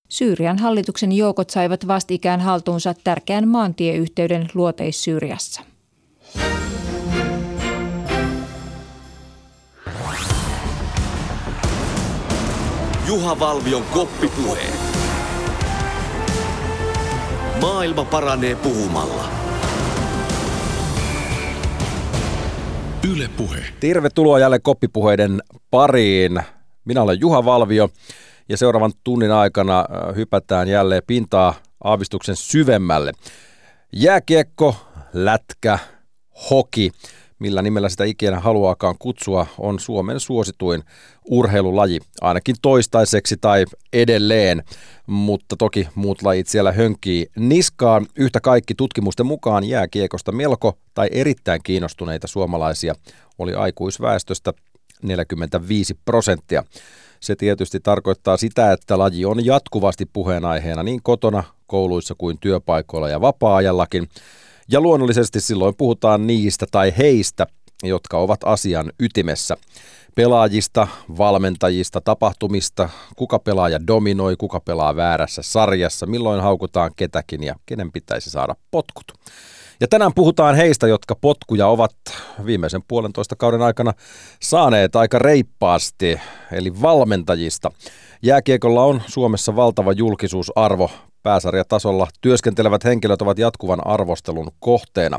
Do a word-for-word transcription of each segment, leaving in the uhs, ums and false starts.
Syyrian hallituksen joukot saivat vastikään haltuunsa tärkeän maantieyhteyden Luoteis-Syyriassa. Juha Valvion koppipuhe. Maailma paranee puhumalla. Yle Puhe. Tervetuloa jälleen koppipuheiden pariin. Minä olen Juha Valvio ja seuraavan tunnin aikana hypätään jälleen pintaa aavistuksen syvemmälle. Jääkiekko, lätkä, hoki, millä nimellä sitä ikinä haluaakaan kutsua, on Suomen suosituin urheilulaji, ainakin toistaiseksi tai edelleen, mutta toki muut lajit siellä hönkii niskaan. Yhtä kaikki tutkimusten mukaan jääkiekosta melko tai erittäin kiinnostuneita suomalaisia oli aikuisväestöstä neljäkymmentäviisi prosenttia. Se tietysti tarkoittaa sitä, että laji on jatkuvasti puheenaiheena niin kotona, kouluissa kuin työpaikoilla ja vapaa-ajallakin. Ja luonnollisesti silloin puhutaan niistä tai heistä, jotka ovat asian ytimessä. Pelaajista, valmentajista, tapahtumista, kuka pelaaja dominoi, kuka pelaa väärässä sarjassa, milloin haukutaan ketäkin ja kenen pitäisi saada potkut. Ja tänään puhutaan heistä, jotka potkuja ovat viimeisen puolentoista kauden aikana saaneet aika reippaasti, eli valmentajista. Jääkiekolla on Suomessa valtava julkisuusarvo. Pääsarjatasolla työskentelevät henkilöt ovat jatkuvan arvostelun kohteena.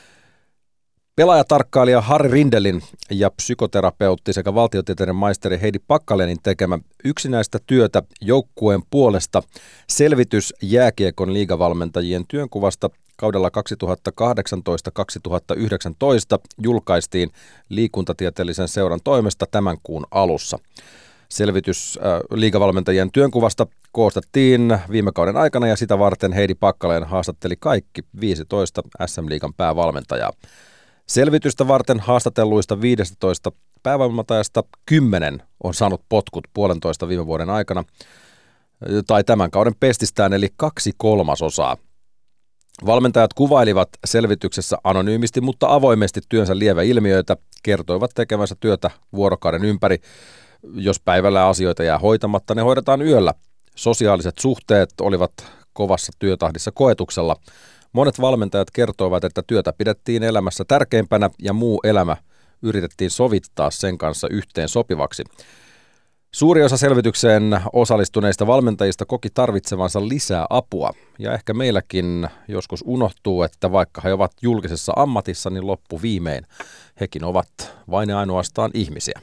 Pelaajatarkkailija Harri Rindelin ja psykoterapeutti sekä valtiotieteiden maisteri Heidi Packalenin tekemä yksinäistä työtä joukkueen puolesta selvitys jääkiekon liigavalmentajien työnkuvasta kaudella kaksituhattakahdeksantoista kaksituhattayhdeksäntoista julkaistiin liikuntatieteellisen seuran toimesta tämän kuun alussa. Selvitys äh, liigavalmentajien työnkuvasta koostettiin viime kauden aikana ja sitä varten Heidi Packalén haastatteli kaikki viisitoista S M-liigan päävalmentajaa. Selvitystä varten haastatelluista viisitoista päävalmentajasta kymmenen on saanut potkut puolentoista viime vuoden aikana, tai tämän kauden pestistään, eli kaksi kolmasosaa. Valmentajat kuvailivat selvityksessä anonyymisti, mutta avoimesti työnsä lieveilmiöitä, kertoivat tekevänsä työtä vuorokauden ympäri. Jos päivällä asioita jää hoitamatta, ne hoidetaan yöllä. Sosiaaliset suhteet olivat kovassa työtahdissa koetuksella. Monet valmentajat kertoivat, että työtä pidettiin elämässä tärkeimpänä ja muu elämä yritettiin sovittaa sen kanssa yhteen sopivaksi. Suuri osa selvitykseen osallistuneista valmentajista koki tarvitsevansa lisää apua. Ja ehkä meilläkin joskus unohtuu, että vaikka he ovat julkisessa ammatissa, niin loppu viimein hekin ovat vain ja ainoastaan ihmisiä.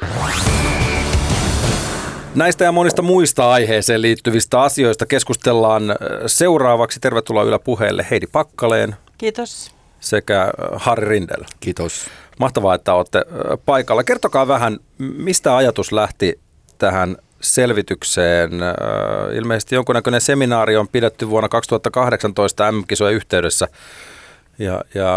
Näistä ja monista muista aiheeseen liittyvistä asioista keskustellaan seuraavaksi. Tervetuloa Yle Puheelle Heidi Packalén. Kiitos. Sekä Harri Rindel. Kiitos. Mahtavaa, että olette paikalla. Kertokaa vähän, mistä ajatus lähti tähän selvitykseen. Ilmeisesti jonkunnäköinen seminaari on pidetty vuonna kaksituhattakahdeksantoista M-kisojen yhteydessä. Ja, ja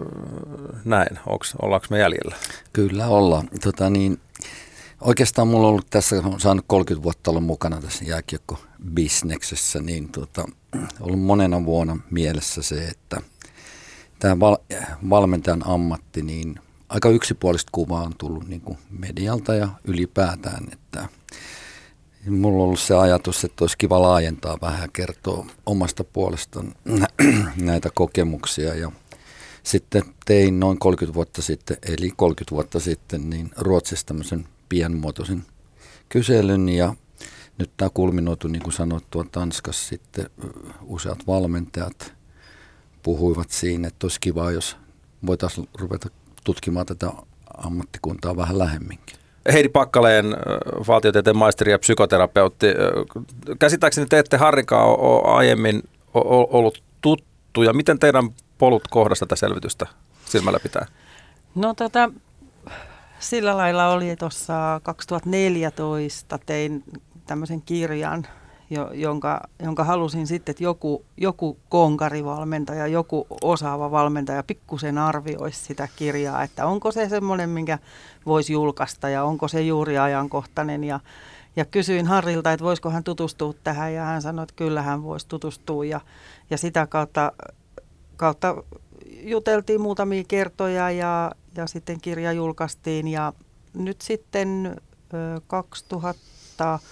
näin, Onks, ollaanko me jäljellä? Kyllä ollaan. Tota niin, oikeastaan mulla on ollut tässä, on saanut kolmekymmentä vuotta olla mukana tässä jääkiekko-bisneksessä, niin tota, ollut monena vuonna mielessä se, että tämä val, valmentajan ammatti, niin aika yksipuolista kuvaa on tullut niin kuin medialta ja ylipäätään, että mulla on ollut se ajatus, että olisi kiva laajentaa vähän ja kertoa omasta puolestaan näitä kokemuksia. Ja sitten tein noin kolmekymmentä vuotta sitten, eli kolmekymmentä vuotta sitten, niin Ruotsissa tämmöisen pienmuotoisen kyselyn. Ja nyt tämä kulminoitu, niin kuin sanottua, Tanskassa sitten useat valmentajat puhuivat siinä, että olisi kiva, jos voitaisiin ruveta tutkimaan tätä ammattikuntaa vähän lähemminkin. Heidi Packalén, valtiotieteen maisteri ja psykoterapeutti. Käsittääkseni te ette Harrikaan ole aiemmin ollut tuttuja. Miten teidän polut kohdassa tätä selvitystä silmällä pitää? No tota, sillä lailla oli tuossa kaksituhattaneljätoista tein tämmöisen kirjan, jo, jonka, jonka halusin sitten, että joku, joku konkarivalmentaja, joku osaava valmentaja pikkusen arvioisi sitä kirjaa, että onko se semmoinen, minkä voisi julkaista ja onko se juuri ajankohtainen. Ja, ja kysyin Harrilta, että voisiko hän tutustua tähän ja hän sanoi, että kyllä hän voisi tutustua ja, ja sitä kautta, kautta juteltiin muutamia kertoja ja, ja sitten kirja julkaistiin ja nyt sitten ö, kaksituhatta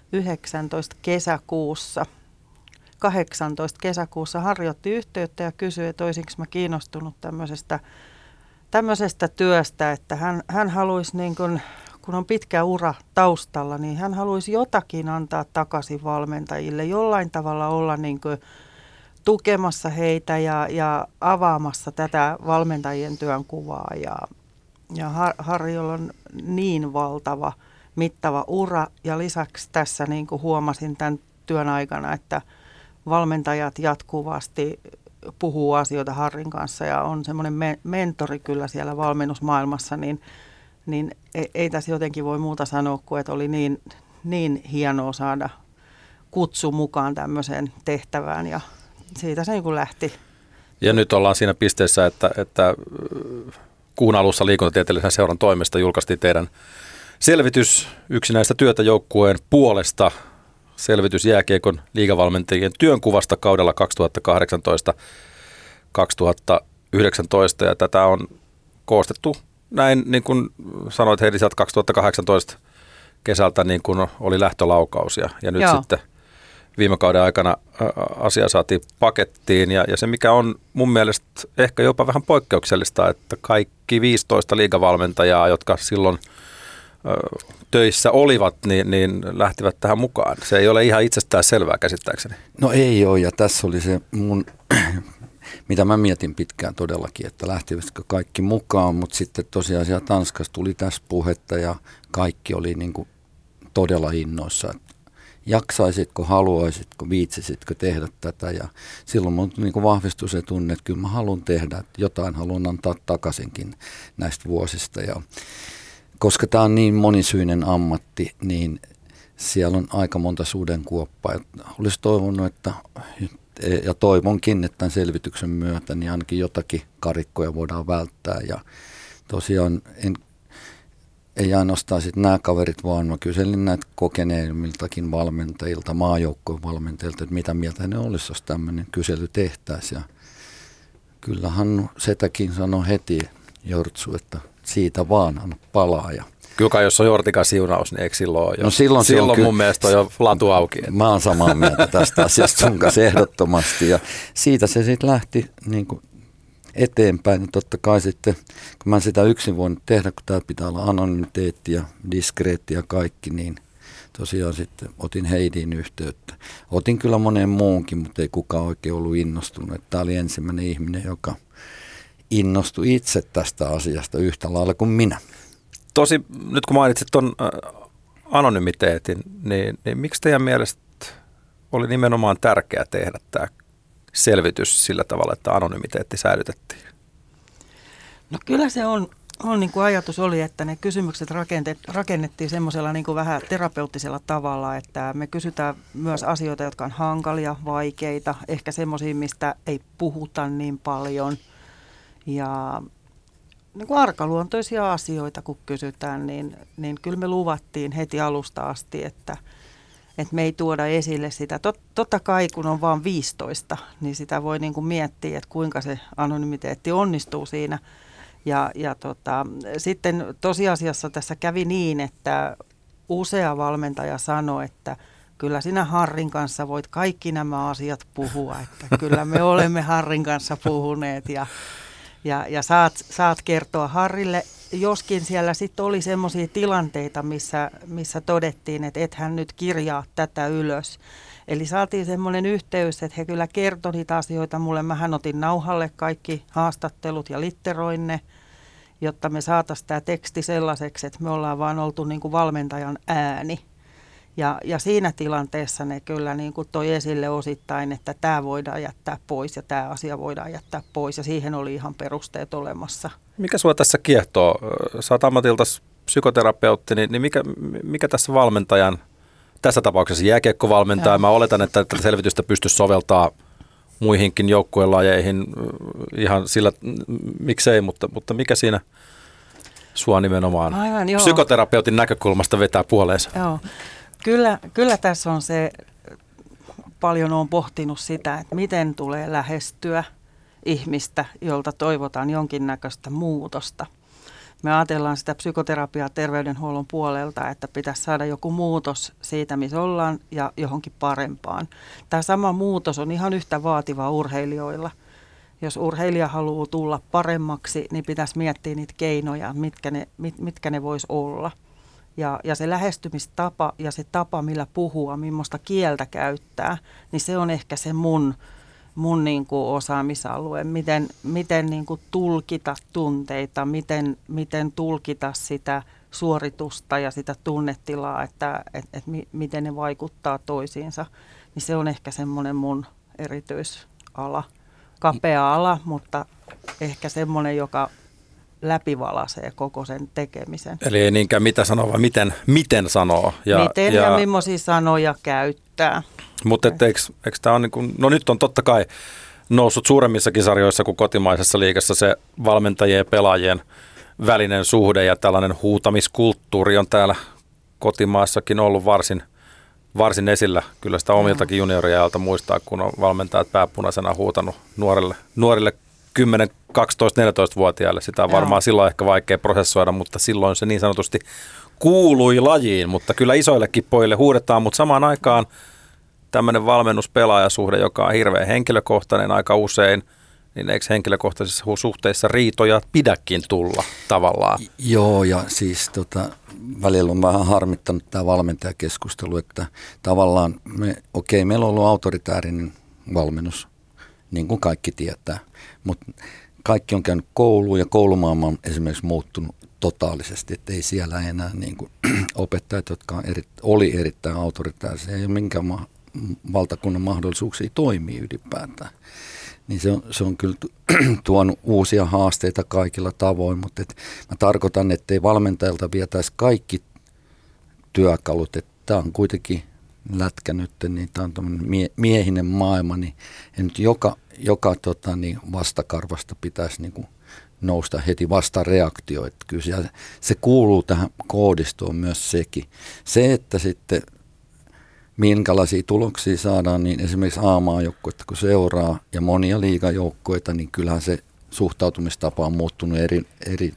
yhdeksäntoista kesäkuussa, kahdeksantoista kesäkuussa Harri otti yhteyttä ja kysyi, että olisinko mä kiinnostunut tämmöisestä, tämmöisestä työstä, että hän, hän haluaisi, niin kun, kun on pitkä ura taustalla, niin hän haluaisi jotakin antaa takaisin valmentajille, jollain tavalla olla niin kuin tukemassa heitä ja, ja avaamassa tätä valmentajien työnkuvaa. Ja, ja Harrilla on niin valtava, mittava ura ja lisäksi tässä niin kuin huomasin tämän työn aikana, että valmentajat jatkuvasti puhuu asioita Harrin kanssa ja on semmoinen me- mentori kyllä siellä valmennusmaailmassa, niin, niin ei, ei tässä jotenkin voi muuta sanoa kuin, että oli niin, niin hienoa saada kutsu mukaan tämmöiseen tehtävään ja siitä se niin kuin lähti. Ja nyt ollaan siinä pisteessä, että, että kuun alussa liikuntatieteellisen seuran toimesta julkaistiin teidän selvitys yksinäistä työtä joukkueen puolesta. Selvitys jääkiekon liigavalmentajien työnkuvasta kaudella kaksituhattakahdeksantoista kaksituhattayhdeksäntoista ja tätä on koostettu näin, niin kuin sanoit Heidi, sieltä kaksituhattakahdeksantoista kesältä niin kuin oli lähtölaukaus ja, ja nyt Joo. sitten viime kauden aikana asia saatiin pakettiin ja, ja se mikä on mun mielestä ehkä jopa vähän poikkeuksellista, että kaikki viisitoista liigavalmentajaa, jotka silloin töissä olivat, niin, niin lähtivät tähän mukaan. Se ei ole ihan itsestään selvää käsittääkseni. No ei ole, ja tässä oli se mun, mitä mä mietin pitkään todellakin, että lähtivätkö kaikki mukaan, mutta sitten tosiaan siellä Tanskassa tuli tässä puhetta ja kaikki oli niin kuin todella innoissa, että jaksaisitko, haluaisitko, viitsisitkö tehdä tätä ja silloin mun niin kuin vahvistui se tunne, että kyllä mä haluan tehdä, että jotain haluan antaa takaisinkin näistä vuosista ja koska tämä on niin monisyinen ammatti, niin siellä on aika monta sudenkuoppaa. Olisi toivonut, että, ja toivonkin, että tämän selvityksen myötä niin ainakin jotakin karikkoja voidaan välttää. Ja tosiaan en, ei ainoastaan sit nämä kaverit, vaan mä kyselin näitä kokeneemmiltakin valmentajilta, maajoukkojen valmentajilta, että mitä mieltä ne olisi, jos tämmöinen kysely tehtäisiin. Ja kyllähän Setäkin sanoi heti, Jortsu, että siitä vaan anna palaa. Ja kyllä kai jos on Jortikan siunaus, niin eikö silloin ole jo? No silloin, silloin on mun ky- mielestä on jo latu auki. Mä oon samaa mieltä tästä asiasta sun kanssa ehdottomasti. Ja siitä se sitten lähti niin kuin eteenpäin. Ja totta kai sitten, kun mä sitä yksin voinut tehdä, kun täällä pitää olla anonymiteetti ja diskreetti ja kaikki, niin tosiaan sitten otin Heidiin yhteyttä. Otin kyllä moneen muunkin, mutta ei kukaan oikein ollut innostunut. Tämä oli ensimmäinen ihminen, joka innostui itse tästä asiasta yhtä lailla kuin minä. Tosi, nyt kun mainitsit tuon anonymiteetin, niin, niin miksi teidän mielestä oli nimenomaan tärkeää tehdä tämä selvitys sillä tavalla, että anonymiteetti säilytettiin? No kyllä se on, on niin kuin ajatus oli, että ne kysymykset rakennettiin semmoisella niin kuin vähän terapeuttisella tavalla, että me kysytään myös asioita, jotka on hankalia, vaikeita, ehkä semmoisia, mistä ei puhuta niin paljon. Ja niin kuin arkaluontoisia asioita, kun kysytään, niin, niin kyllä me luvattiin heti alusta asti, että, että me ei tuoda esille sitä. Tot, totta kai, kun on vain viisitoista, niin sitä voi niin kuin miettiä, että kuinka se anonymiteetti onnistuu siinä. Ja, ja tota, sitten tosiasiassa tässä kävi niin, että usea valmentaja sanoi, että kyllä sinä Harrin kanssa voit kaikki nämä asiat puhua, että kyllä me olemme Harrin kanssa puhuneet ja Ja, ja saat, saat kertoa Harrille, joskin siellä sitten oli semmoisia tilanteita, missä, missä todettiin, että ethän nyt kirjaa tätä ylös. Eli saatiin semmoinen yhteys, että he kyllä kertoi niitä asioita mulle. Mähän otin nauhalle kaikki haastattelut ja litteroin ne, jotta me saataisiin tämä teksti sellaiseksi, että me ollaan vaan oltu niin kuin valmentajan ääni. Ja, ja siinä tilanteessa ne kyllä niin kuin toi esille osittain, että tämä voidaan jättää pois ja tämä asia voidaan jättää pois. Ja siihen oli ihan perusteet olemassa. Mikä sua tässä kiehtoo? Sä oot ammatiltasi psykoterapeutti, niin, niin mikä, mikä tässä valmentajan, tässä tapauksessa jääkiekkovalmentaja, ja mä oletan, että tätä selvitystä pystyisi soveltaa muihinkin joukkuelajeihin ihan sillä, miksei, mutta, mutta mikä siinä sua nimenomaan Aivan, psykoterapeutin näkökulmasta vetää puoleensa? Joo. Kyllä, kyllä tässä on se, paljon olen pohtinut sitä, että miten tulee lähestyä ihmistä, jolta toivotaan jonkinnäköistä muutosta. me ajatellaan sitä psykoterapiaa terveydenhuollon puolelta, että pitäisi saada joku muutos siitä, missä ollaan ja johonkin parempaan. Tämä sama muutos on ihan yhtä vaativa urheilijoilla. Jos urheilija haluaa tulla paremmaksi, niin pitäisi miettiä niitä keinoja, mitkä ne, mit, mitkä ne vois olla. Ja, ja se lähestymistapa ja se tapa, millä puhua, millaista kieltä käyttää, niin se on ehkä se mun, mun niin kuin osaamisalue. Miten, miten niin kuin tulkita tunteita, miten, miten tulkita sitä suoritusta ja sitä tunnetilaa, että et, et mi, miten ne vaikuttaa toisiinsa. Niin se on ehkä semmoinen mun erityisala. Kapea ala, mutta ehkä semmoinen, joka läpivalaisee koko sen tekemisen. Eli ei niinkään mitä sanoo, vaan miten, miten sanoo. Ja, miten ja, ja millaisia sanoja käyttää. Mutta eikö, eikö tämä on niin kuin, no nyt on totta kai noussut suuremmissakin sarjoissa kuin kotimaisessa liigassa se valmentajien ja pelaajien välinen suhde ja tällainen huutamiskulttuuri on täällä kotimaassakin ollut varsin varsin esillä. Kyllä sitä omiltakin junioriajalta muistaa, kun on valmentajat pääpunaisena huutanut nuorille, nuorille kymmenen, kaksitoista, neljätoista-vuotiaille. Sitä on varmaan Joo. silloin ehkä vaikea prosessoida, mutta silloin se niin sanotusti kuului lajiin. Mutta kyllä isoillekin pojille huudetaan, mutta samaan aikaan tämmöinen valmennuspelaajasuhde, joka on hirveän henkilökohtainen aika usein, niin eikö henkilökohtaisissa suhteissa riitoja pidäkin tulla tavallaan? Joo, ja siis tota, välillä on vähän harmittanut tämä valmentajakeskustelu, että tavallaan, me, okei, meillä on ollut autoritäärinen valmennus, niin kuin kaikki tietää, mutta kaikki on käynyt kouluun ja koulumaailma on esimerkiksi muuttunut totaalisesti, että ei siellä enää niin kuin, opettajat, jotka on eri, oli erittäin autoritäärisiä, ei ole minkään ma- valtakunnan mahdollisuuksia toimia ylipäätään. Niin se on, se on kyllä tuonut uusia haasteita kaikilla tavoin, mutta et mä tarkoitan, että ei valmentajalta vietäisi kaikki työkalut, että tämä on kuitenkin lätkä nyt, niin tämä on tämmöinen mie- miehinen maailma, niin nyt joka, joka tota, niin vastakarvasta pitäisi niin kuin nousta heti vastareaktio, että kyllä se, se kuuluu tähän koodistoon myös sekin. Se, että sitten minkälaisia tuloksia saadaan, niin esimerkiksi A-maajoukkuetta kun seuraa ja monia liigajoukkoita, niin kyllähän se suhtautumistapa on muuttunut eri, eri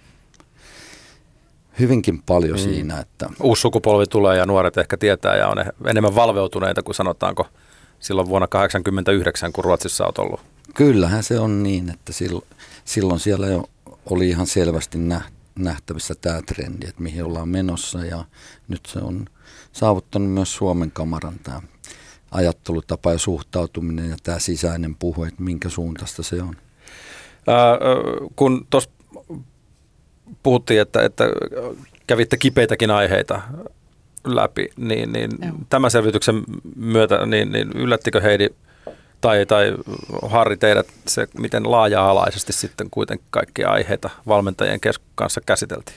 hyvinkin paljon mm. siinä. Että uusi sukupolvi tulee ja nuoret ehkä tietää ja on enemmän valveutuneita kuin sanotaanko silloin vuonna kahdeksankymmentäyhdeksän, kun Ruotsissa olet ollut. Kyllähän se on niin, että silloin, silloin siellä jo oli ihan selvästi nähtävissä tämä trendi, että mihin ollaan menossa ja nyt se on saavuttanut myös Suomen kamaran tämä ajattelutapa ja suhtautuminen ja tämä sisäinen puhe, että minkä suuntaista se on. Ää, kun tuossa puhuttiin, että, että kävitte kipeitäkin aiheita läpi, niin, niin tämän selvityksen myötä, niin, niin yllättikö Heidi tai, tai Harri teidät se, miten laaja-alaisesti sitten kuitenkin kaikkia aiheita valmentajien kanssa käsiteltiin?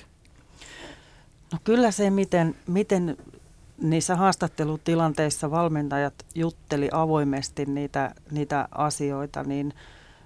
No kyllä se, miten, miten niissä haastattelutilanteissa valmentajat jutteli avoimesti niitä, niitä asioita, niin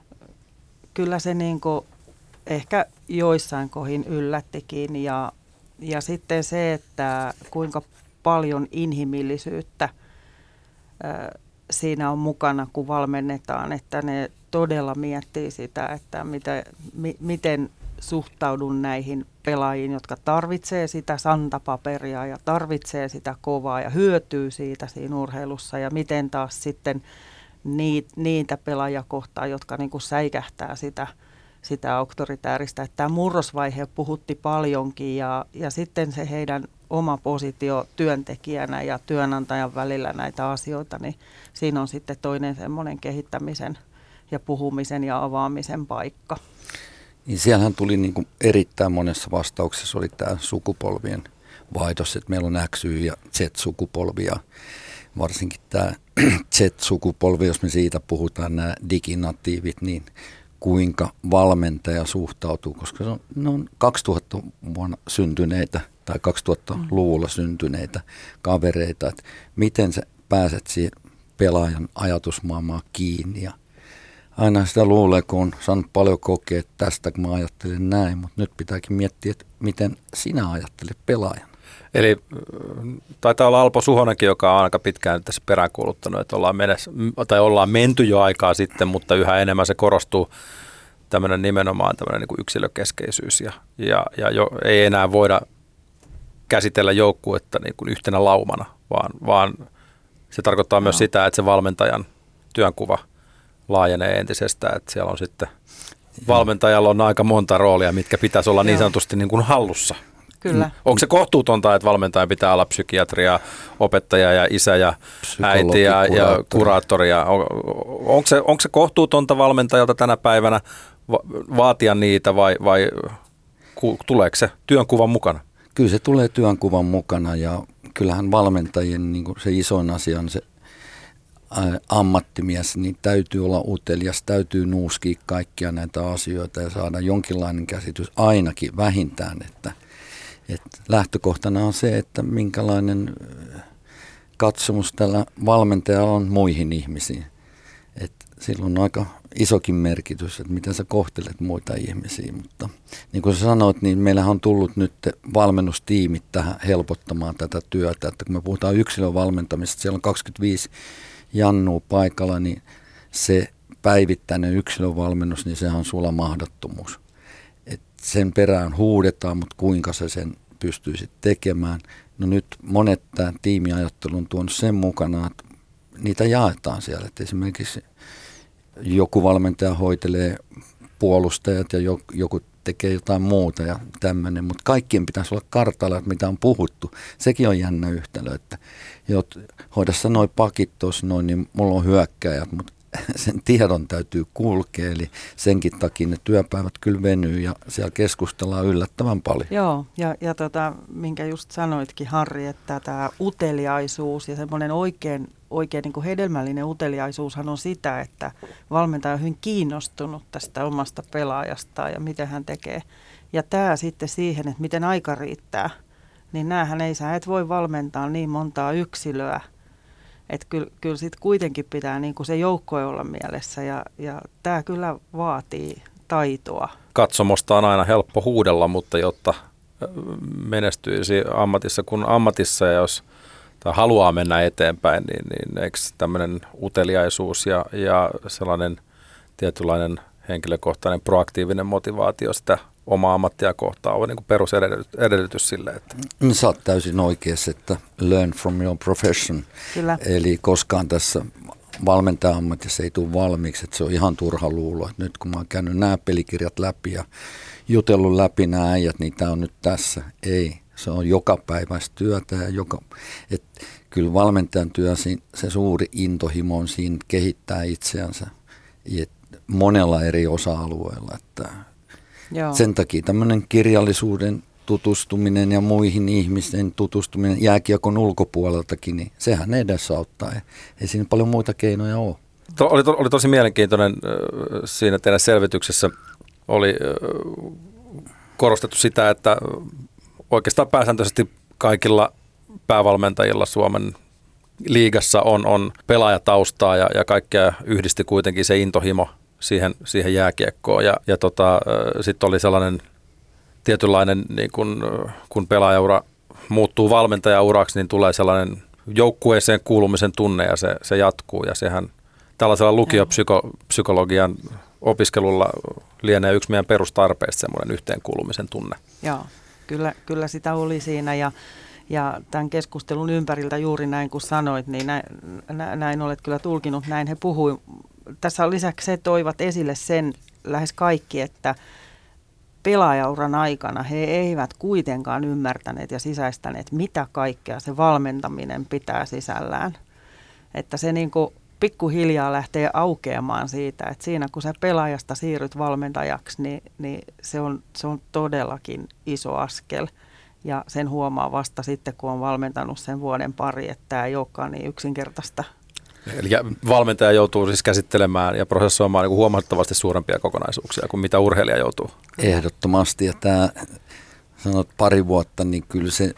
kyllä se niin kuin ehkä joissain kohin yllättikin. Ja, ja sitten se, että kuinka paljon inhimillisyyttä ää, siinä on mukana, kun valmennetaan, että ne todella miettii sitä, että mitä, mi, miten suhtaudun näihin pelaajiin, jotka tarvitsee sitä santapaperia ja tarvitsee sitä kovaa ja hyötyy siitä siinä urheilussa ja miten taas sitten niitä, niitä pelaajia kohtaan, jotka niin kuin säikähtää sitä, sitä auktoritääristä. Että tämä murrosvaihe puhutti paljonkin ja, ja sitten se heidän oma positio työntekijänä ja työnantajan välillä näitä asioita, niin siinä on sitten toinen semmoinen kehittämisen ja puhumisen ja avaamisen paikka. Niin siellähän tuli niin kuin erittäin monessa vastauksessa oli tämä sukupolvien vaihdos, että meillä on X, Y ja Z-sukupolvi ja varsinkin tämä Z-sukupolvi, jos me siitä puhutaan, nämä diginatiivit, niin kuinka valmentaja suhtautuu, koska se on, ne on kaksituhatta vuonna syntyneitä tai kaksituhattaluvulla syntyneitä kavereita, että miten sä pääset siihen pelaajan ajatusmaailmaan kiinni ja aina sitä luulee, kun on saanut paljon kokea, että tästä kun mä ajattelen näin, mutta nyt pitääkin miettiä, että miten sinä ajattelet pelaajan. Eli taitaa olla Alpo Suhonenkin, joka on aika pitkään tässä peräänkuuluttanut, että ollaan, menes, tai ollaan menty jo aikaa sitten, mutta yhä enemmän se korostuu tämmöinen nimenomaan tämmöinen niin kuin yksilökeskeisyys ja, ja, ja jo, ei enää voida käsitellä joukkuetta niin kuin yhtenä laumana, vaan, vaan se tarkoittaa no. myös sitä, että se valmentajan työnkuva laajenee entisestään, että siellä on sitten valmentajalla on aika monta roolia, mitkä pitäisi olla niin sanotusti niin kuin hallussa. Kyllä. Onko se kohtuutonta, että valmentaja pitää olla psykiatria, opettaja ja isä ja äiti ja, ja kuraattori? Ja, on, onko, se, onko se kohtuutonta valmentajalta tänä päivänä va- vaatia niitä vai, vai ku, tuleeko se työnkuvan mukana? Kyllä se tulee työnkuvan mukana ja kyllähän valmentajien niin kuin se isoin asia on se ammattimies, niin täytyy olla utelias, täytyy nuuskia kaikkia näitä asioita ja saada jonkinlainen käsitys ainakin vähintään, että, että lähtökohtana on se, että minkälainen katsomus tällä valmentajalla on muihin ihmisiin. Että silloin on aika isokin merkitys, että miten sä kohtelet muita ihmisiä, mutta niin kuin sä sanoit, niin meillähän on tullut nyt valmennustiimit tähän helpottamaan tätä työtä, että kun me puhutaan yksilön valmentamisesta, siellä on kaksikymmentäviisi Jannu paikalla, niin se päivittäinen yksilövalmennus, niin sehän on sulla mahdottomuus. Et sen perään huudetaan, mutta kuinka se sen pystyisi tekemään. No nyt monet tämän tiimiajattelun on tuonut sen mukana, että niitä jaetaan siellä. Et esimerkiksi joku valmentaja hoitelee puolustajat ja joku tekee jotain muuta ja tämmöinen, mutta kaikkien pitäisi olla kartalla, että mitä on puhuttu. Sekin on jännä yhtälö, että jot, hoida sä noi pakit tuossa noin, niin mulla on hyökkäjät, mutta sen tiedon täytyy kulkea, eli senkin takia ne työpäivät kyllä venyy ja siellä keskustellaan yllättävän paljon. Joo, ja, ja tota, minkä just sanoitkin Harri, että tämä uteliaisuus ja semmoinen oikein, oikein niin kuin hedelmällinen uteliaisuushan on sitä, että valmentaja on hyvin kiinnostunut tästä omasta pelaajastaan ja miten hän tekee. Ja tämä sitten siihen, että miten aika riittää, niin näähän ei sä et voi valmentaa niin montaa yksilöä. Että kyllä, kyllä sitten kuitenkin pitää niin kuin se joukkue olla mielessä ja, ja tämä kyllä vaatii taitoa. Katsomosta on aina helppo huudella, mutta jotta menestyisi ammatissa kuin ammatissa ja jos tai haluaa mennä eteenpäin, niin, niin eikö tämmöinen uteliaisuus ja, ja sellainen tietynlainen henkilökohtainen proaktiivinen motivaatio sitä omaa ammattia kohtaan on niin kuin perusedellytys sille, että... Sä oot täysin oikeassa, että learn from your profession. Kyllä. Eli koskaan tässä valmentaja-ammatissa ei tule valmiiksi, että se on ihan turha luulo. Että nyt kun mä oon käynyt nämä pelikirjat läpi ja jutellut läpi nämä äijät, niin tämä on nyt tässä. Ei, se on jokapäiväistä työtä ja joka... Et kyllä valmentajan työ, se suuri intohimo on siinä kehittää itseänsä monella eri osa-alueella, että... Joo. Sen takia tämmöinen kirjallisuuden tutustuminen ja muihin ihmisten tutustuminen jääkiekon ulkopuoleltakin, niin sehän edesauttaa. Ei siinä paljon muita keinoja ole. Oli, to, oli tosi mielenkiintoinen siinä teidän selvityksessä. Oli korostettu sitä, että oikeastaan pääsääntöisesti kaikilla päävalmentajilla Suomen liigassa on, on pelaajataustaa ja, ja kaikkea yhdisti kuitenkin se intohimo siihen, siihen jääkiekkoon. Ja, ja tota, sitten oli sellainen tietynlainen, niin kun, kun pelaajaura muuttuu valmentajauraksi, niin tulee sellainen joukkueeseen kuulumisen tunne ja se, se jatkuu. Ja sehän tällaisella lukiopsykologian opiskelulla lienee yksi meidän perustarpeista semmoinen yhteenkuulumisen tunne. Joo, kyllä, kyllä sitä oli siinä ja Ja tämän keskustelun ympäriltä juuri näin kuin sanoit, niin näin, näin olet kyllä tulkinut, näin he puhuivat. Tässä on lisäksi he toivat esille sen lähes kaikki, että pelaajauran aikana he eivät kuitenkaan ymmärtäneet ja sisäistäneet, mitä kaikkea se valmentaminen pitää sisällään. Että se niin kuin pikkuhiljaa lähtee aukeamaan siitä, että siinä kun sä pelaajasta siirryt valmentajaksi, niin, niin se, on, se on todellakin iso askel. Ja sen huomaa vasta sitten, kun on valmentanut sen vuoden pari, että tämä ei olekaan niin yksinkertaista. Eli valmentaja joutuu siis käsittelemään ja prosessoimaan niin kuin huomattavasti suurempia kokonaisuuksia kuin mitä urheilija joutuu. Ehdottomasti. Ja tämä, sanot pari vuotta, niin kyllä se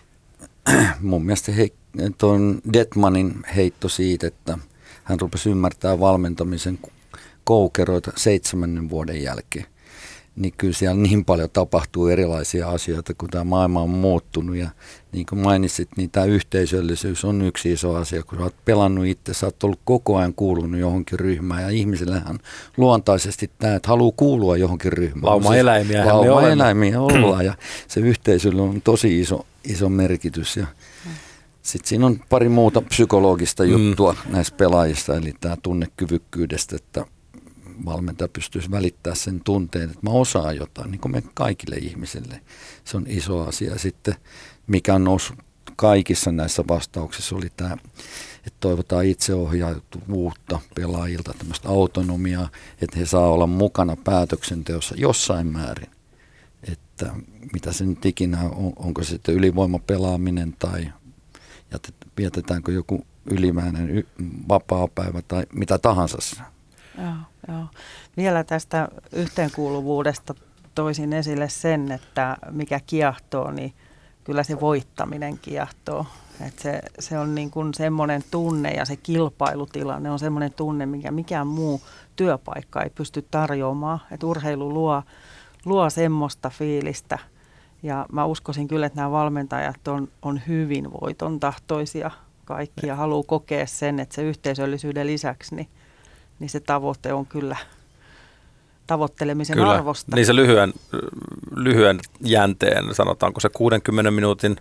mun mielestä he, tuon Detmanin heitto siitä, että hän rupesi ymmärtää valmentamisen koukeroita seitsemännen vuoden jälkeen. niin kyllä siellä niin paljon tapahtuu erilaisia asioita, kun tämä maailma on muuttunut. Ja niin kuin mainitsit, niin tämä yhteisöllisyys on yksi iso asia. Kun sä oot pelannut itse, sä oot ollut koko ajan kuulunut johonkin ryhmään. Ja ihmisillähän luontaisesti tämä, että haluaa kuulua johonkin ryhmään. Lauma-eläimiä. Lauma-eläimiä ollaan ja se yhteisöllä on tosi iso, iso merkitys. Ja sitten siinä on pari muuta psykologista juttua mm. näistä pelaajista, eli tämä tunnekyvykkyydestä, että valmentaja pystyisi välittämään sen tunteen, että mä osaan jotain, niin kuin me kaikille ihmisille. Se on iso asia. Sitten mikä on noussut kaikissa näissä vastauksissa oli tämä, että toivotaan itseohjautuvuutta pelaajilta, tämmöistä autonomiaa, että he saa olla mukana päätöksenteossa jossain määrin. Että mitä se nyt ikinä on, onko se sitten ylivoimapelaaminen tai jätet, vietetäänkö joku ylimäinen y- vapaapäivä tai mitä tahansa. Joo, joo. Vielä tästä yhteenkuuluvuudesta toisin esille sen, että mikä kiehtoo, niin kyllä se voittaminen kiehtoo. Että se, se on niin kuin semmoinen tunne ja se kilpailutilanne on semmoinen tunne, mikä mikään muu työpaikka ei pysty tarjoamaan. Että urheilu luo, luo semmoista fiilistä ja mä uskoisin kyllä, että nämä valmentajat on, on hyvin voitontahtoisia kaikki ja haluaa kokea sen, että se yhteisöllisyyden lisäksi niin niin se tavoite on kyllä tavoittelemisen kyllä. arvosta. Niin se lyhyen, lyhyen jänteen, sanotaanko se kuudenkymmenen minuutin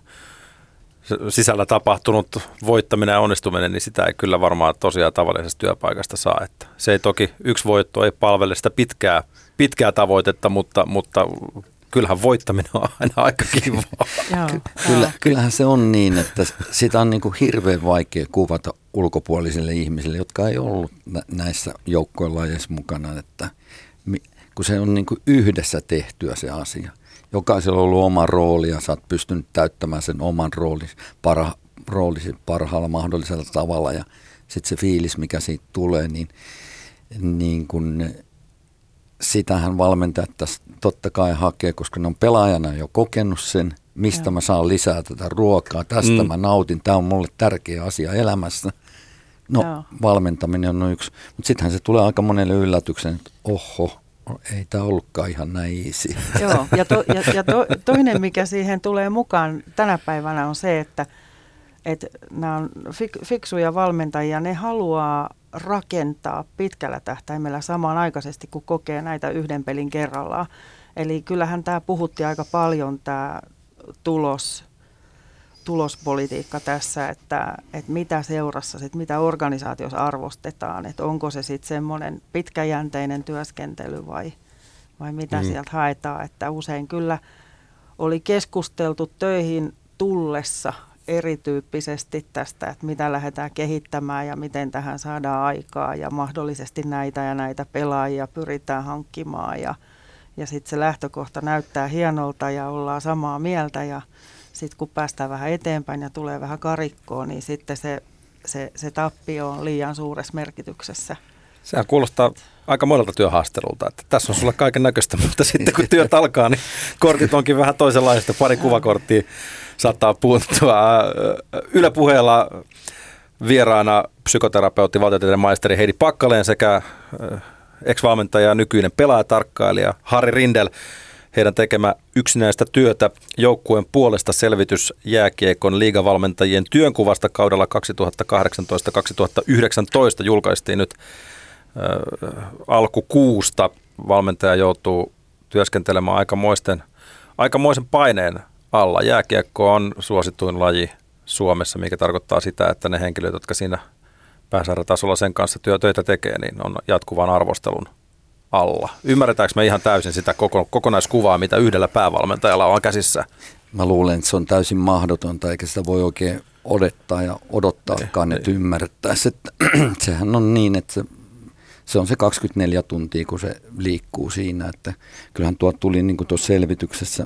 sisällä tapahtunut voittaminen ja onnistuminen, niin sitä ei kyllä varmaan tosiaan tavallisesta työpaikasta saa. Että se ei toki, yksi voitto ei palvele sitä pitkää, pitkää tavoitetta, mutta, mutta kyllähän voittaminen on aina aika kivaa. Kyllä, kyllähän se on niin, että sitä on niin kuin hirveän vaikea kuvata ulkopuolisille ihmisille, jotka ei ollut näissä joukkuelajeissa mukana, että kun se on niin kuin yhdessä tehtyä se asia. Jokaisella on ollut oma rooli ja sä oot pystynyt täyttämään sen oman roolisi, parha, roolisi parhaalla mahdollisella tavalla ja sitten se fiilis, mikä siitä tulee, niin, niin kun sitähän valmentajat tässä totta kai hakee, koska ne on pelaajana jo kokenut sen, mistä Joo. mä saan lisää tätä ruokaa, tästä mm. mä nautin, tämä on mulle tärkeä asia elämässä. No Joo. valmentaminen on yksi, mutta sittenhän se tulee aika monelle yllätyksen, että oho, ei tämä ollutkaan ihan näin easy. Joo, ja, to, ja, ja to, toinen mikä siihen tulee mukaan tänä päivänä on se, että, että nämä on fik, fiksuja valmentajia, ne haluaa rakentaa pitkällä tähtäimellä samanaikaisesti, kun kokee näitä yhden pelin kerrallaan. Eli kyllähän tämä puhutti aika paljon tämä tulos, tulospolitiikka tässä, että, että mitä seurassa, sit, mitä organisaatiossa arvostetaan, että onko se sitten semmoinen pitkäjänteinen työskentely vai, vai mitä mm. sieltä haetaan. Että usein kyllä oli keskusteltu töihin tullessa erityyppisesti tästä, että mitä lähdetään kehittämään ja miten tähän saadaan aikaa ja mahdollisesti näitä ja näitä pelaajia pyritään hankkimaan ja, ja sitten se lähtökohta näyttää hienolta ja ollaan samaa mieltä ja sitten kun päästään vähän eteenpäin ja tulee vähän karikkoon, niin sitten se, se, se tappio on liian suuressa merkityksessä. Sehän kuulostaa aika monelta työhaastelulta, että tässä on sulla kaiken näköistä, mutta sitten kun työt alkaa, niin kortit onkin vähän toisenlaista. Pari kuvakorttia saattaa puuttua. Yle Puheella vieraana psykoterapeutti, valtiotieteiden maisteri Heidi Pakkaleen sekä ex-valmentaja ja nykyinen pelaajatarkkailija Harri Rindel. Heidän tekemä yksinäistä työtä joukkueen puolesta selvitys jääkiekon liigavalmentajien työnkuvasta kaudella kaksituhattakahdeksantoista kaksituhattayhdeksäntoista julkaistiin nyt äh, alkukuusta. Valmentaja joutuu työskentelemään aikamoisten, aikamoisen paineen alla. Jääkiekko on suosituin laji Suomessa, mikä tarkoittaa sitä, että ne henkilöt, jotka siinä pääsarjatasolla sen kanssa työtöitä tekee, niin on jatkuvan arvostelun alla. Ymmärretäänkö me ihan täysin sitä koko, kokonaiskuvaa, mitä yhdellä päävalmentajalla on käsissä? Mä luulen, että se on täysin mahdotonta, eikä sitä voi oikein odottaa ja odottaakaan, että ymmärrettäisiin. Että sehän on niin, että se, se on se kaksikymmentäneljä tuntia, kun se liikkuu siinä. Että kyllähän tuo tuli niin kuin tuossa selvityksessä